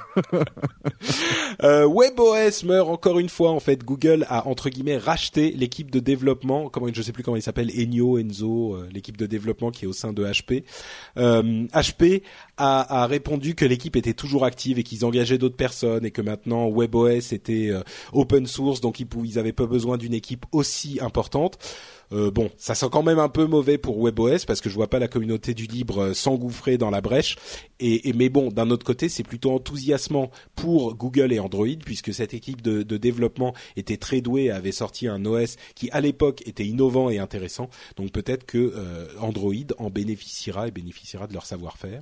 euh, WebOS meurt encore une fois. En fait, Google a entre guillemets racheté l'équipe de développement. Comment, je sais plus comment il s'appelle, Enyo, Enzo, euh, l'équipe de développement qui est au sein de H P. Euh, H P a, a répondu que l'équipe était toujours active et qu'ils engageaient d'autres personnes et que maintenant WebOS était euh, open source, donc ils, ils avaient pas besoin d'une équipe aussi importante. Euh, bon, ça sent quand même un peu mauvais pour WebOS parce que je vois pas la communauté du libre s'engouffrer dans la brèche. Et, et mais bon, d'un autre côté, c'est plutôt enthousiasmant pour Google et Android puisque cette équipe de, de développement était très douée et avait sorti un O S qui à l'époque était innovant et intéressant. Donc peut-être que euh, Android en bénéficiera et bénéficiera de leur savoir-faire.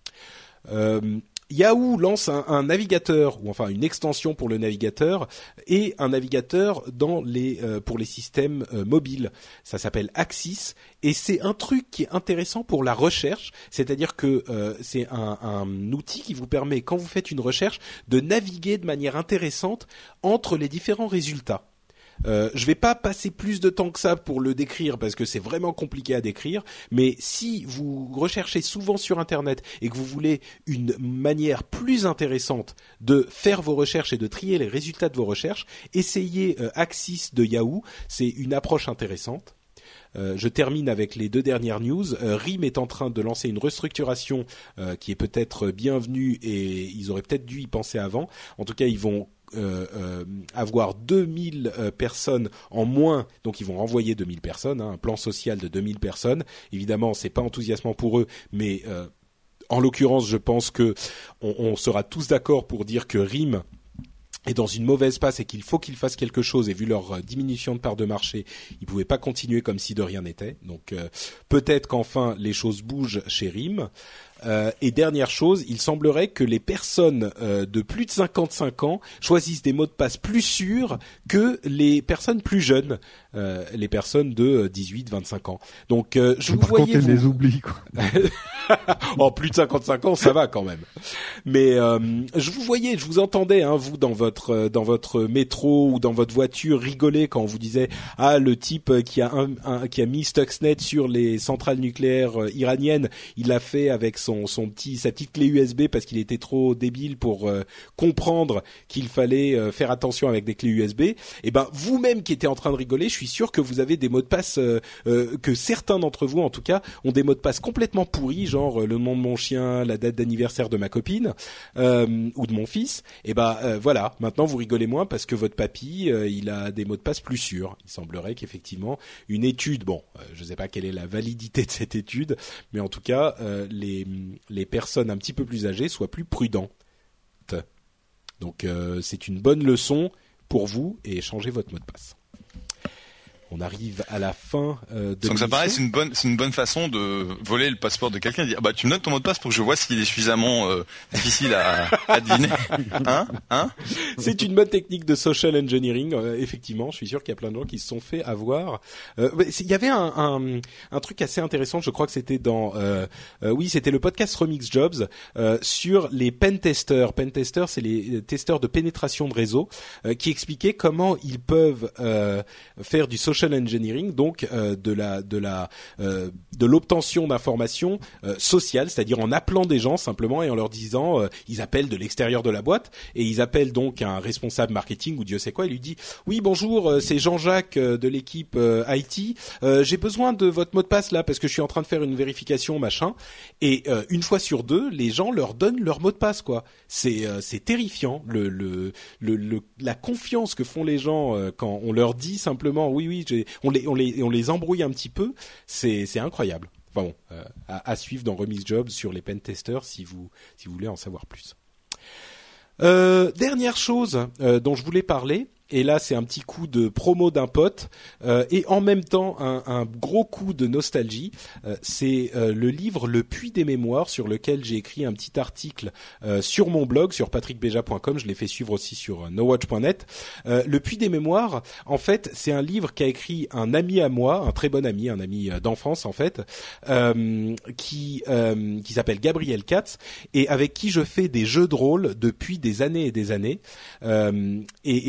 Euh, Yahoo lance un, un navigateur ou enfin une extension pour le navigateur et un navigateur dans les euh, pour les systèmes euh, mobiles. Ça s'appelle Axis et c'est un truc qui est intéressant pour la recherche, c'est-à-dire que euh, c'est un, un outil qui vous permet quand vous faites une recherche de naviguer de manière intéressante entre les différents résultats. Euh, je vais pas passer plus de temps que ça pour le décrire parce que c'est vraiment compliqué à décrire, mais si vous recherchez souvent sur Internet et que vous voulez une manière plus intéressante de faire vos recherches et de trier les résultats de vos recherches, essayez euh, Axis de Yahoo, c'est une approche intéressante. Euh, je termine avec les deux dernières news. Euh, R I M est en train de lancer une restructuration euh, qui est peut-être bienvenue et ils auraient peut-être dû y penser avant. En tout cas, ils vont Euh, euh, avoir deux mille euh, personnes en moins, donc ils vont renvoyer deux mille personnes, hein, un plan social de deux mille personnes. Évidemment, c'est pas enthousiasmant pour eux, mais euh, en l'occurrence, je pense que on, on sera tous d'accord pour dire que R I M est dans une mauvaise passe et qu'il faut qu'ils fassent quelque chose. Et vu leur diminution de part de marché, ils pouvaient pas continuer comme si de rien n'était. Donc euh, peut-être qu'enfin les choses bougent chez R I M. Euh, et dernière chose, il semblerait que les personnes euh, de plus de cinquante-cinq ans choisissent des mots de passe plus sûrs que les personnes plus jeunes, euh, les personnes de dix-huit à vingt-cinq ans. Donc euh, je vous Par voyais contre, vous... elle les oublie, quoi. En plus de cinquante-cinq ans, ça va quand même. Mais euh, je vous voyais, je vous entendais, hein, vous dans votre dans votre métro ou dans votre voiture rigoler quand on vous disait ah le type qui a un, un qui a mis Stuxnet sur les centrales nucléaires iraniennes, il l'a fait avec son Son, son petit sa petite clé U S B parce qu'il était trop débile pour euh, comprendre qu'il fallait euh, faire attention avec des clés U S B. Et ben vous-même qui étiez en train de rigoler, je suis sûr que vous avez des mots de passe euh, euh, que certains d'entre vous en tout cas ont des mots de passe complètement pourris, genre euh, le nom de mon chien, la date d'anniversaire de ma copine euh, ou de mon fils. Et ben euh, voilà, maintenant vous rigolez moins parce que votre papy euh, il a des mots de passe plus sûrs. Il semblerait qu'effectivement une étude, bon, euh, je sais pas quelle est la validité de cette étude, mais en tout cas euh, les les personnes un petit peu plus âgées soient plus prudentes. Donc euh, c'est une bonne leçon pour vous et changez votre mot de passe. On arrive à la fin euh, de Donc ça paraît, c'est une bonne, c'est une bonne façon de voler le passeport de quelqu'un et dire, ah bah tu me donnes ton mot de passe pour que je vois s'il est suffisamment euh, difficile à, à deviner. Hein, hein. C'est une bonne technique de social engineering. Euh, effectivement, je suis sûr qu'il y a plein de gens qui se sont fait avoir. Euh, il y avait un, un, un truc assez intéressant. Je crois que c'était dans, euh, euh, oui, c'était le podcast Remix Jobs euh, sur les pen testers. Pen testers, c'est les testeurs de pénétration de réseau euh, qui expliquaient comment ils peuvent euh, faire du social engineering, donc euh, de la de la euh, de l'obtention d'informations euh, sociales, c'est-à-dire en appelant des gens simplement et en leur disant, euh, ils appellent de l'extérieur de la boîte et ils appellent donc un responsable marketing ou Dieu sait quoi, et lui dit oui bonjour, euh, c'est Jean-Jacques euh, de l'équipe euh, I T, euh, j'ai besoin de votre mot de passe là parce que je suis en train de faire une vérification machin, et euh, une fois sur deux les gens leur donnent leur mot de passe quoi. C'est euh, c'est terrifiant le, le le le la confiance que font les gens euh, quand on leur dit simplement oui oui j'ai, on les on les on les embrouille un petit peu, c'est c'est incroyable. Enfin bon, euh, à, à suivre dans Remix Jobs sur les pen testers si vous si vous voulez en savoir plus. Euh, dernière chose euh, dont je voulais parler, et là c'est un petit coup de promo d'un pote euh, et en même temps un, un gros coup de nostalgie, euh, c'est euh, le livre Le Puits des Mémoires sur lequel j'ai écrit un petit article euh, sur mon blog sur patrick beja point com, je l'ai fait suivre aussi sur nowatch point net. Euh, Le Puits des Mémoires, en fait c'est un livre qu'a écrit un ami à moi, un très bon ami, un ami d'enfance en fait, euh, qui euh, qui s'appelle Gabriel Katz et avec qui je fais des jeux de rôle depuis des années et des années, euh, et, et j'ai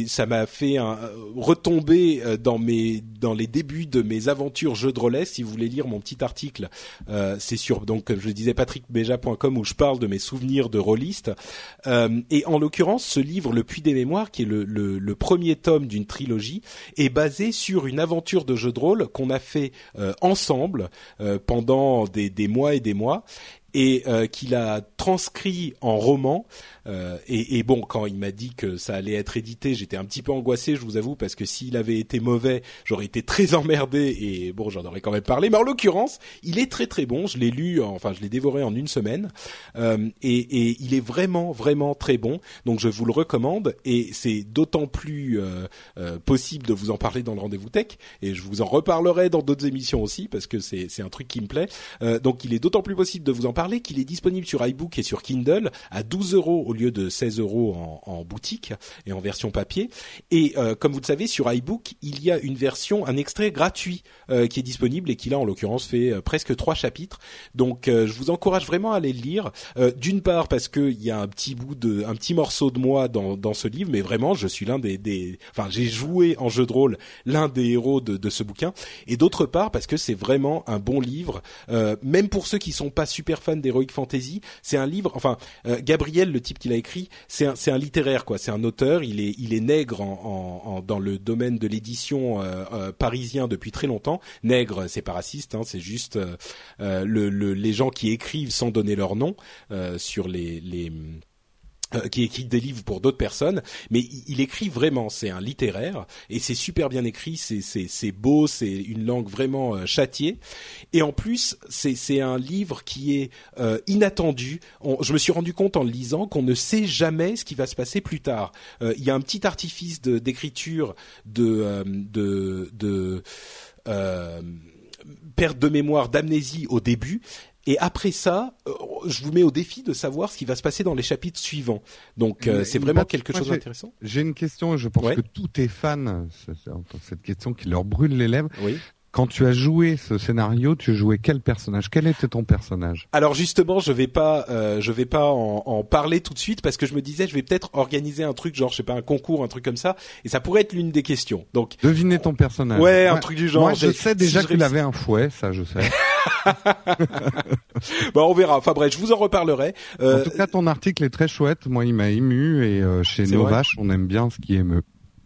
j'ai, ça m'a fait un, retomber dans mes, dans les débuts de mes aventures jeux de rôle. Si vous voulez lire mon petit article, euh, c'est sur, donc comme je le disais, patrick beja point com où je parle de mes souvenirs de rôliste. Euh, et en l'occurrence, ce livre, Le Puits des Mémoires, qui est le, le, le premier tome d'une trilogie, est basé sur une aventure de jeu de rôle qu'on a fait euh, ensemble euh, pendant des, des mois et des mois. Et euh, qu'il a transcrit en roman. Euh, et, et bon, quand il m'a dit que ça allait être édité, j'étais un petit peu angoissé, je vous avoue, parce que s'il avait été mauvais, j'aurais été très emmerdé. Et bon, j'en aurais quand même parlé. Mais en l'occurrence, il est très très bon. Je l'ai lu, enfin, je l'ai dévoré en une semaine. Euh, et, et il est vraiment vraiment très bon. Donc, je vous le recommande. Et c'est d'autant plus euh, euh, possible de vous en parler dans le Rendez-vous Tech. Et je vous en reparlerai dans d'autres émissions aussi, parce que c'est c'est un truc qui me plaît. Euh, donc, il est d'autant plus possible de vous en parler qu'il est disponible sur iBook et sur Kindle à douze euros au lieu de seize euros en, en boutique et en version papier. Et euh, comme vous le savez, sur iBook, il y a une version, un extrait gratuit euh, qui est disponible et qui là, en l'occurrence, fait euh, presque trois chapitres. Donc, euh, je vous encourage vraiment à aller le lire. Euh, d'une part, parce que il y a un petit bout de, un petit morceau de moi dans, dans ce livre, mais vraiment, je suis l'un des, des, enfin, j'ai joué en jeu de rôle l'un des héros de, de ce bouquin. Et d'autre part, parce que c'est vraiment un bon livre, euh, même pour ceux qui sont pas super fans d'Heroic Fantasy, c'est un livre, enfin euh, Gabriel, le type qui l'a écrit, c'est un c'est un littéraire quoi, c'est un auteur, il est il est nègre en, en, en dans le domaine de l'édition euh, euh, parisien depuis très longtemps. Nègre, c'est pas raciste, hein, c'est juste euh, euh, le, le les gens qui écrivent sans donner leur nom euh, sur les les Euh, qui écrit des livres pour d'autres personnes, mais il, il écrit vraiment, c'est un littéraire et c'est super bien écrit, c'est c'est c'est beau, c'est une langue vraiment euh, châtiée et en plus c'est c'est un livre qui est euh, inattendu. On, je me suis rendu compte en le lisant qu'on ne sait jamais ce qui va se passer plus tard. Euh, il y a un petit artifice de d'écriture de euh, de de euh, perte de mémoire, d'amnésie au début. Et après ça, euh, je vous mets au défi de savoir ce qui va se passer dans les chapitres suivants. Donc, euh, c'est vraiment quelque chose d'intéressant. J'ai une question, je pense ouais. que tous tes fans, c'est cette question qui leur brûle les lèvres. Oui. Quand tu as joué ce scénario, tu jouais quel personnage? Quel était ton personnage? Alors justement, je vais pas, euh, je vais pas en, en parler tout de suite parce que je me disais, je vais peut-être organiser un truc genre, je sais pas, un concours, un truc comme ça, et ça pourrait être l'une des questions. Donc deviner ton personnage. Ouais, un ouais. truc du genre. Moi, je sais déjà si qu'il réussis... avait un fouet, ça, je sais. Bon, on verra. Enfin bref, je vous en reparlerai. Euh... En tout cas, ton article est très chouette. Moi, il m'a ému et euh, chez Nos Vaches, on aime bien ce qui émeut.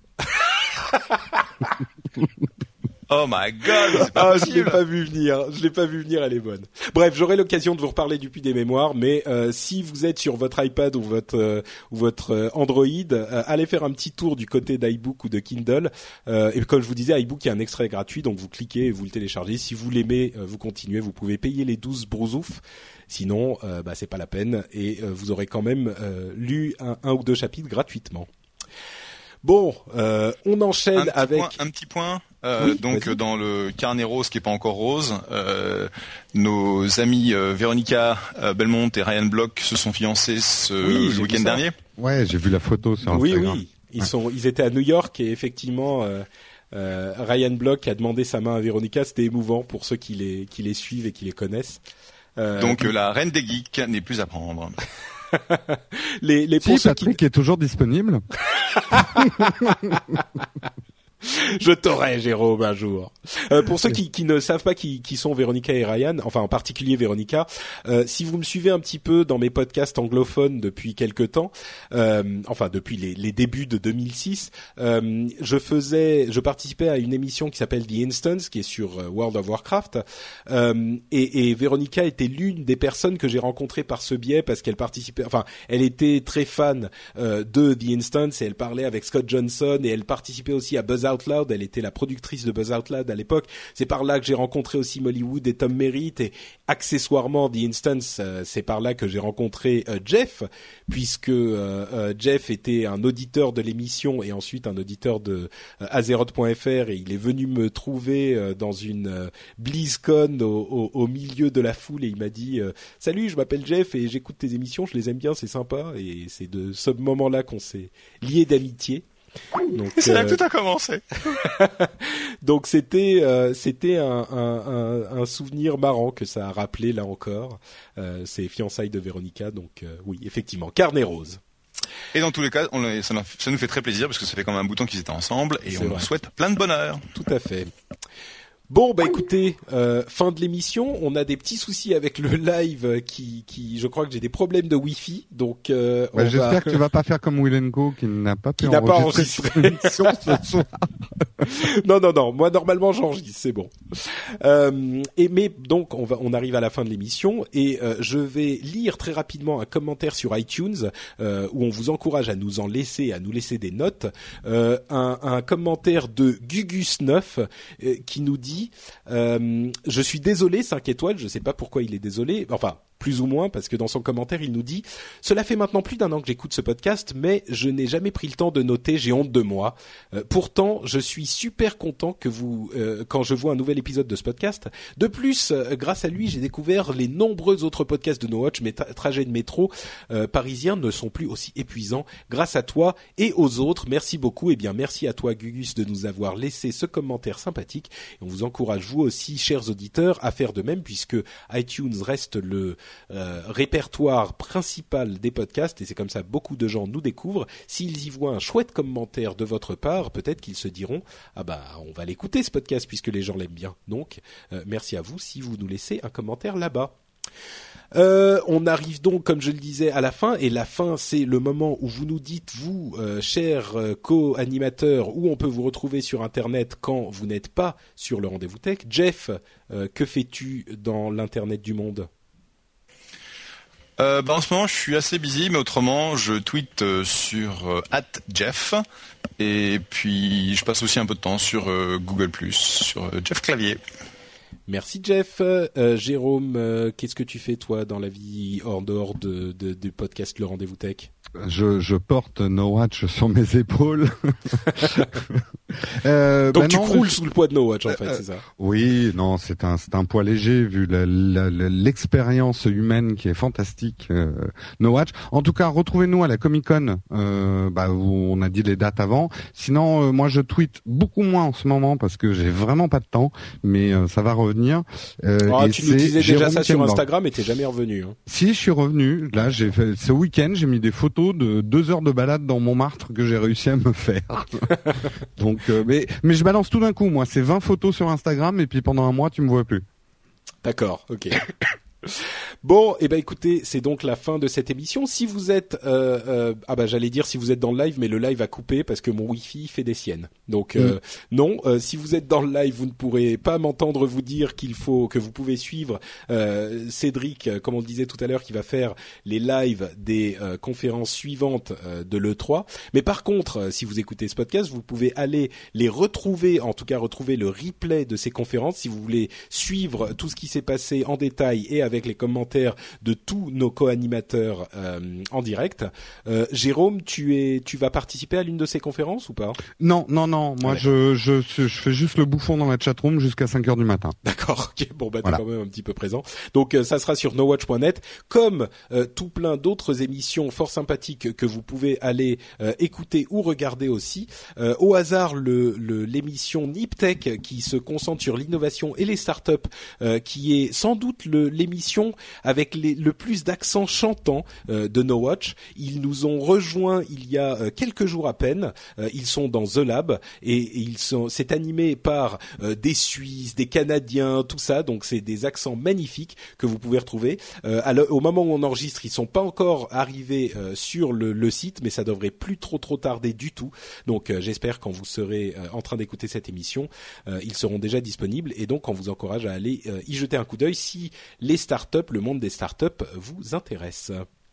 Oh my god, c'est pas ah, possible. Je l'ai pas vu venir, je l'ai pas vu venir, elle est bonne. Bref, j'aurai l'occasion de vous reparler du Puits des Mémoires, mais euh, si vous êtes sur votre iPad ou votre euh, ou votre euh, Android, euh, allez faire un petit tour du côté d'iBook ou de Kindle. Euh, et comme je vous disais, iBook, il y a un extrait gratuit, donc vous cliquez et vous le téléchargez. Si vous l'aimez, euh, vous continuez, vous pouvez payer les douze brousoufs. Sinon, euh, bah c'est pas la peine et euh, vous aurez quand même euh, lu un, un ou deux chapitres gratuitement. Bon, euh, on enchaîne un avec point, un petit point. Euh, oui, donc vas-y. Dans le carnet rose qui est pas encore rose, euh, nos amis euh, Véronica euh, Belmont et Ryan Block se sont fiancés ce oui, le week-end dernier. Ouais, j'ai vu la photo sur Instagram. Oui, oui, ils ouais. sont, ils étaient à New York et effectivement, euh, euh, Ryan Block a demandé sa main à Véronica. C'était émouvant pour ceux qui les qui les suivent et qui les connaissent. Euh, donc euh, la reine des geeks n'est plus à prendre. les les si, pour ceux Patrick qui... est toujours disponible. Je t'aurai, Jérôme, un jour. Euh, pour ceux qui, qui ne savent pas qui, qui sont Véronica et Ryan, enfin en particulier Véronica, euh, si vous me suivez un petit peu dans mes podcasts anglophones depuis quelque temps, euh, enfin depuis les, les débuts de deux mille six, euh, je faisais, je participais à une émission qui s'appelle The Instance, qui est sur euh, World of Warcraft, euh, et, et Véronica était l'une des personnes que j'ai rencontrées par ce biais parce qu'elle participait, enfin elle était très fan euh, de The Instance et elle parlait avec Scott Johnson et elle participait aussi à Buzz Out Loud, elle était la productrice de Buzz Out Loud à l'époque. C'est par là que j'ai rencontré aussi Molly Wood et Tom Merritt et accessoirement The Instance, euh, c'est par là que j'ai rencontré euh, Jeff, puisque euh, euh, Jeff était un auditeur de l'émission et ensuite un auditeur de euh, Azeroth point F R et il est venu me trouver euh, dans une euh, BlizzCon au, au, au milieu de la foule et il m'a dit euh, « Salut, je m'appelle Jeff et j'écoute tes émissions, je les aime bien, c'est sympa » et c'est de ce moment-là qu'on s'est liés d'amitié. Donc, c'est là euh... que tout a commencé. Donc c'était euh, c'était un, un, un, un souvenir marrant que ça a rappelé là encore. Euh, ces fiançailles de Véronica. Donc euh, oui, effectivement, carnet rose. Et dans tous les cas, on, ça, ça nous fait très plaisir parce que ça fait quand même un bout de temps qu'ils étaient ensemble et C'est on vrai. leur souhaite plein de bonheur. Tout à fait. Bon, bah écoutez, euh, fin de l'émission. On a des petits soucis avec le live qui, qui, je crois que j'ai des problèmes de Wi-Fi, donc euh, on Bah, j'espère va... que tu vas pas faire comme Will and Go qui n'a pas pu Qui n'a pas enregistrer son émission ce soir. non, non, non. Moi, normalement, j'enregistre, c'est bon. Euh, et mais donc, on va, on arrive à la fin de l'émission et euh, je vais lire très rapidement un commentaire sur iTunes euh, où on vous encourage à nous en laisser, à nous laisser des notes. Euh, un, un commentaire de Gugus neuf euh, qui nous dit euh, je suis désolé, cinq étoiles. Je sais pas pourquoi il est désolé. Enfin. Plus ou moins, parce que dans son commentaire, il nous dit « Cela fait maintenant plus d'un an que j'écoute ce podcast, mais je n'ai jamais pris le temps de noter, j'ai honte de moi. Euh, pourtant, je suis super content que vous, euh, quand je vois un nouvel épisode de ce podcast. De plus, euh, grâce à lui, j'ai découvert les nombreux autres podcasts de No Watch, mes tra- trajets de métro euh, parisiens ne sont plus aussi épuisants. Grâce à toi et aux autres, merci beaucoup. Et bien, merci à toi, Gugus, de nous avoir laissé ce commentaire sympathique. Et on vous encourage, vous aussi, chers auditeurs, à faire de même, puisque iTunes reste le Euh, répertoire principal des podcasts et c'est comme ça beaucoup de gens nous découvrent. S'ils y voient un chouette commentaire de votre part, peut-être qu'ils se diront ah bah on va l'écouter ce podcast puisque les gens l'aiment bien. Donc euh, merci à vous si vous nous laissez un commentaire là-bas. Euh, on arrive donc, comme je le disais, à la fin, et la fin, c'est le moment où vous nous dites, vous, euh, chers euh, co-animateurs, où on peut vous retrouver sur Internet quand vous n'êtes pas sur le Rendez-vous Tech. Jeff, euh, que fais-tu dans l'Internet du monde ? Euh, bah en ce moment, je suis assez busy, mais autrement, je tweete euh, sur euh, at Jeff, et puis je passe aussi un peu de temps sur euh, Google plus, sur euh, Jeff Clavier. Merci Jeff. Euh, Jérôme, euh, qu'est-ce que tu fais toi dans la vie hors dehors de, de, du podcast Le Rendez-vous Tech ? Je, je porte No Watch sur mes épaules. euh, Donc bah tu non, croules je... sous le poids de No Watch en fait, euh, c'est ça ? Oui, non, c'est un c'est un poids léger vu la, la, la, l'expérience humaine qui est fantastique. Euh, No Watch. En tout cas, retrouvez-nous à la Comic Con. Euh, bah, où on a dit les dates avant. Sinon, euh, moi, je tweete beaucoup moins en ce moment parce que j'ai vraiment pas de temps, mais euh, ça va revenir. Euh, ah, et tu nous disais Jérôme déjà ça sur Kemborg. Instagram et t'es jamais revenu. Hein. Si, je suis revenu. Là, j'ai fait ce week-end, j'ai mis des photos de deux heures de balade dans Montmartre que j'ai réussi à me faire. Donc, euh, mais mais je balance tout d'un coup. Moi, c'est vingt photos sur Instagram et puis pendant un mois, tu me vois plus. D'accord, ok. Bon, et eh ben écoutez, c'est donc la fin de cette émission. Si vous êtes, euh, euh, ah bah j'allais dire si vous êtes dans le live, mais le live a coupé parce que mon Wi-Fi fait des siennes. Donc euh, mm. non, euh, si vous êtes dans le live, vous ne pourrez pas m'entendre vous dire qu'il faut que vous pouvez suivre euh, Cédric, comme on le disait tout à l'heure, qui va faire les lives des euh, conférences suivantes euh, de l'E trois. Mais par contre, euh, si vous écoutez ce podcast, vous pouvez aller les retrouver, en tout cas retrouver le replay de ces conférences si vous voulez suivre tout ce qui s'est passé en détail et avec les commentaires de tous nos co-animateurs euh, en direct. Euh, Jérôme, tu es, tu vas participer à l'une de ces conférences ou pas ? Non, non, non. Moi, ouais. je, je, je fais juste le bouffon dans la chatroom jusqu'à cinq heures du matin. D'accord. Ok. Bon, bah, t'es voilà. quand même un petit peu présent. Donc, euh, ça sera sur no watch point net, comme euh, tout plein d'autres émissions fort sympathiques que vous pouvez aller euh, écouter ou regarder aussi. Euh, au hasard, le, le l'émission Niptech qui se concentre sur l'innovation et les startups, euh, qui est sans doute le, l'émission avec les, le plus d'accent chantant euh, de No Watch. Ils nous ont rejoints il y a euh, quelques jours à peine. Euh, ils sont dans The Lab et, et ils sont, c'est animé par euh, des Suisses, des Canadiens, tout ça. Donc c'est des accents magnifiques que vous pouvez retrouver. Euh, à le, au moment où on enregistre, ils sont pas encore arrivés euh, sur le, le site, mais ça devrait plus trop trop tarder du tout. Donc euh, j'espère quand vous serez euh, en train d'écouter cette émission, euh, ils seront déjà disponibles et donc on vous encourage à aller euh, y jeter un coup d'œil si les startups, le monde des startups vous intéresse.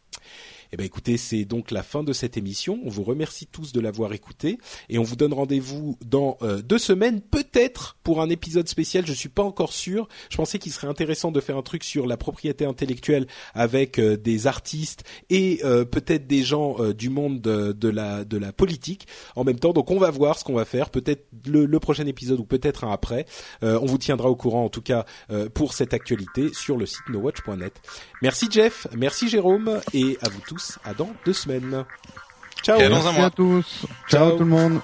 Eh ben écoutez, c'est donc la fin de cette émission. On vous remercie tous de l'avoir écouté et on vous donne rendez-vous dans euh, deux semaines, peut-être pour un épisode spécial. Je suis pas encore sûr. Je pensais qu'il serait intéressant de faire un truc sur la propriété intellectuelle avec euh, des artistes et euh, peut-être des gens euh, du monde de, de la de la politique en même temps. Donc on va voir ce qu'on va faire. Peut-être le, le prochain épisode ou peut-être un après. Euh, on vous tiendra au courant en tout cas euh, pour cette actualité sur le site no watch point net. Merci Jeff, merci Jérôme et à vous tous. À dans deux semaines. Ciao. Et à dans Merci un mois. à tous. Ciao, Ciao tout le monde.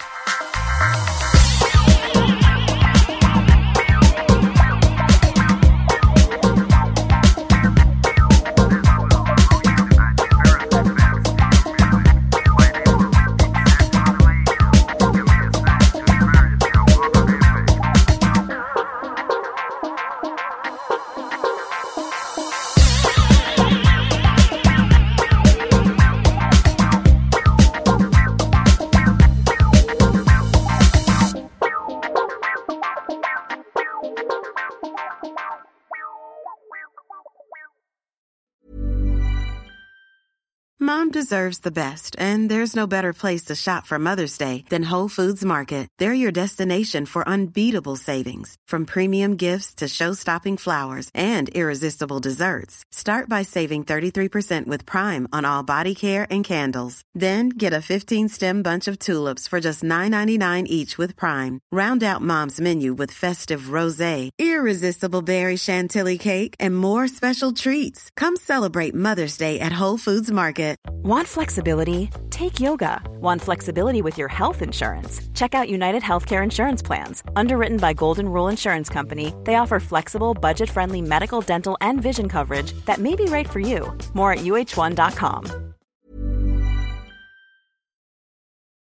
Mom deserves the best, and there's no better place to shop for Mother's Day than Whole Foods Market. They're your destination for unbeatable savings, from premium gifts to show-stopping flowers and irresistible desserts. Start by saving thirty-three percent with Prime on all body care and candles. Then get a fifteen-stem bunch of tulips for just nine ninety-nine each with Prime. Round out Mom's menu with festive rosé, irresistible berry chantilly cake, and more special treats. Come celebrate Mother's Day at Whole Foods Market. Want flexibility? Take yoga. Want flexibility with your health insurance? Check out United Healthcare Insurance Plans. Underwritten by Golden Rule Insurance Company, they offer flexible, budget-friendly medical, dental, and vision coverage that may be right for you. More at U H one dot com.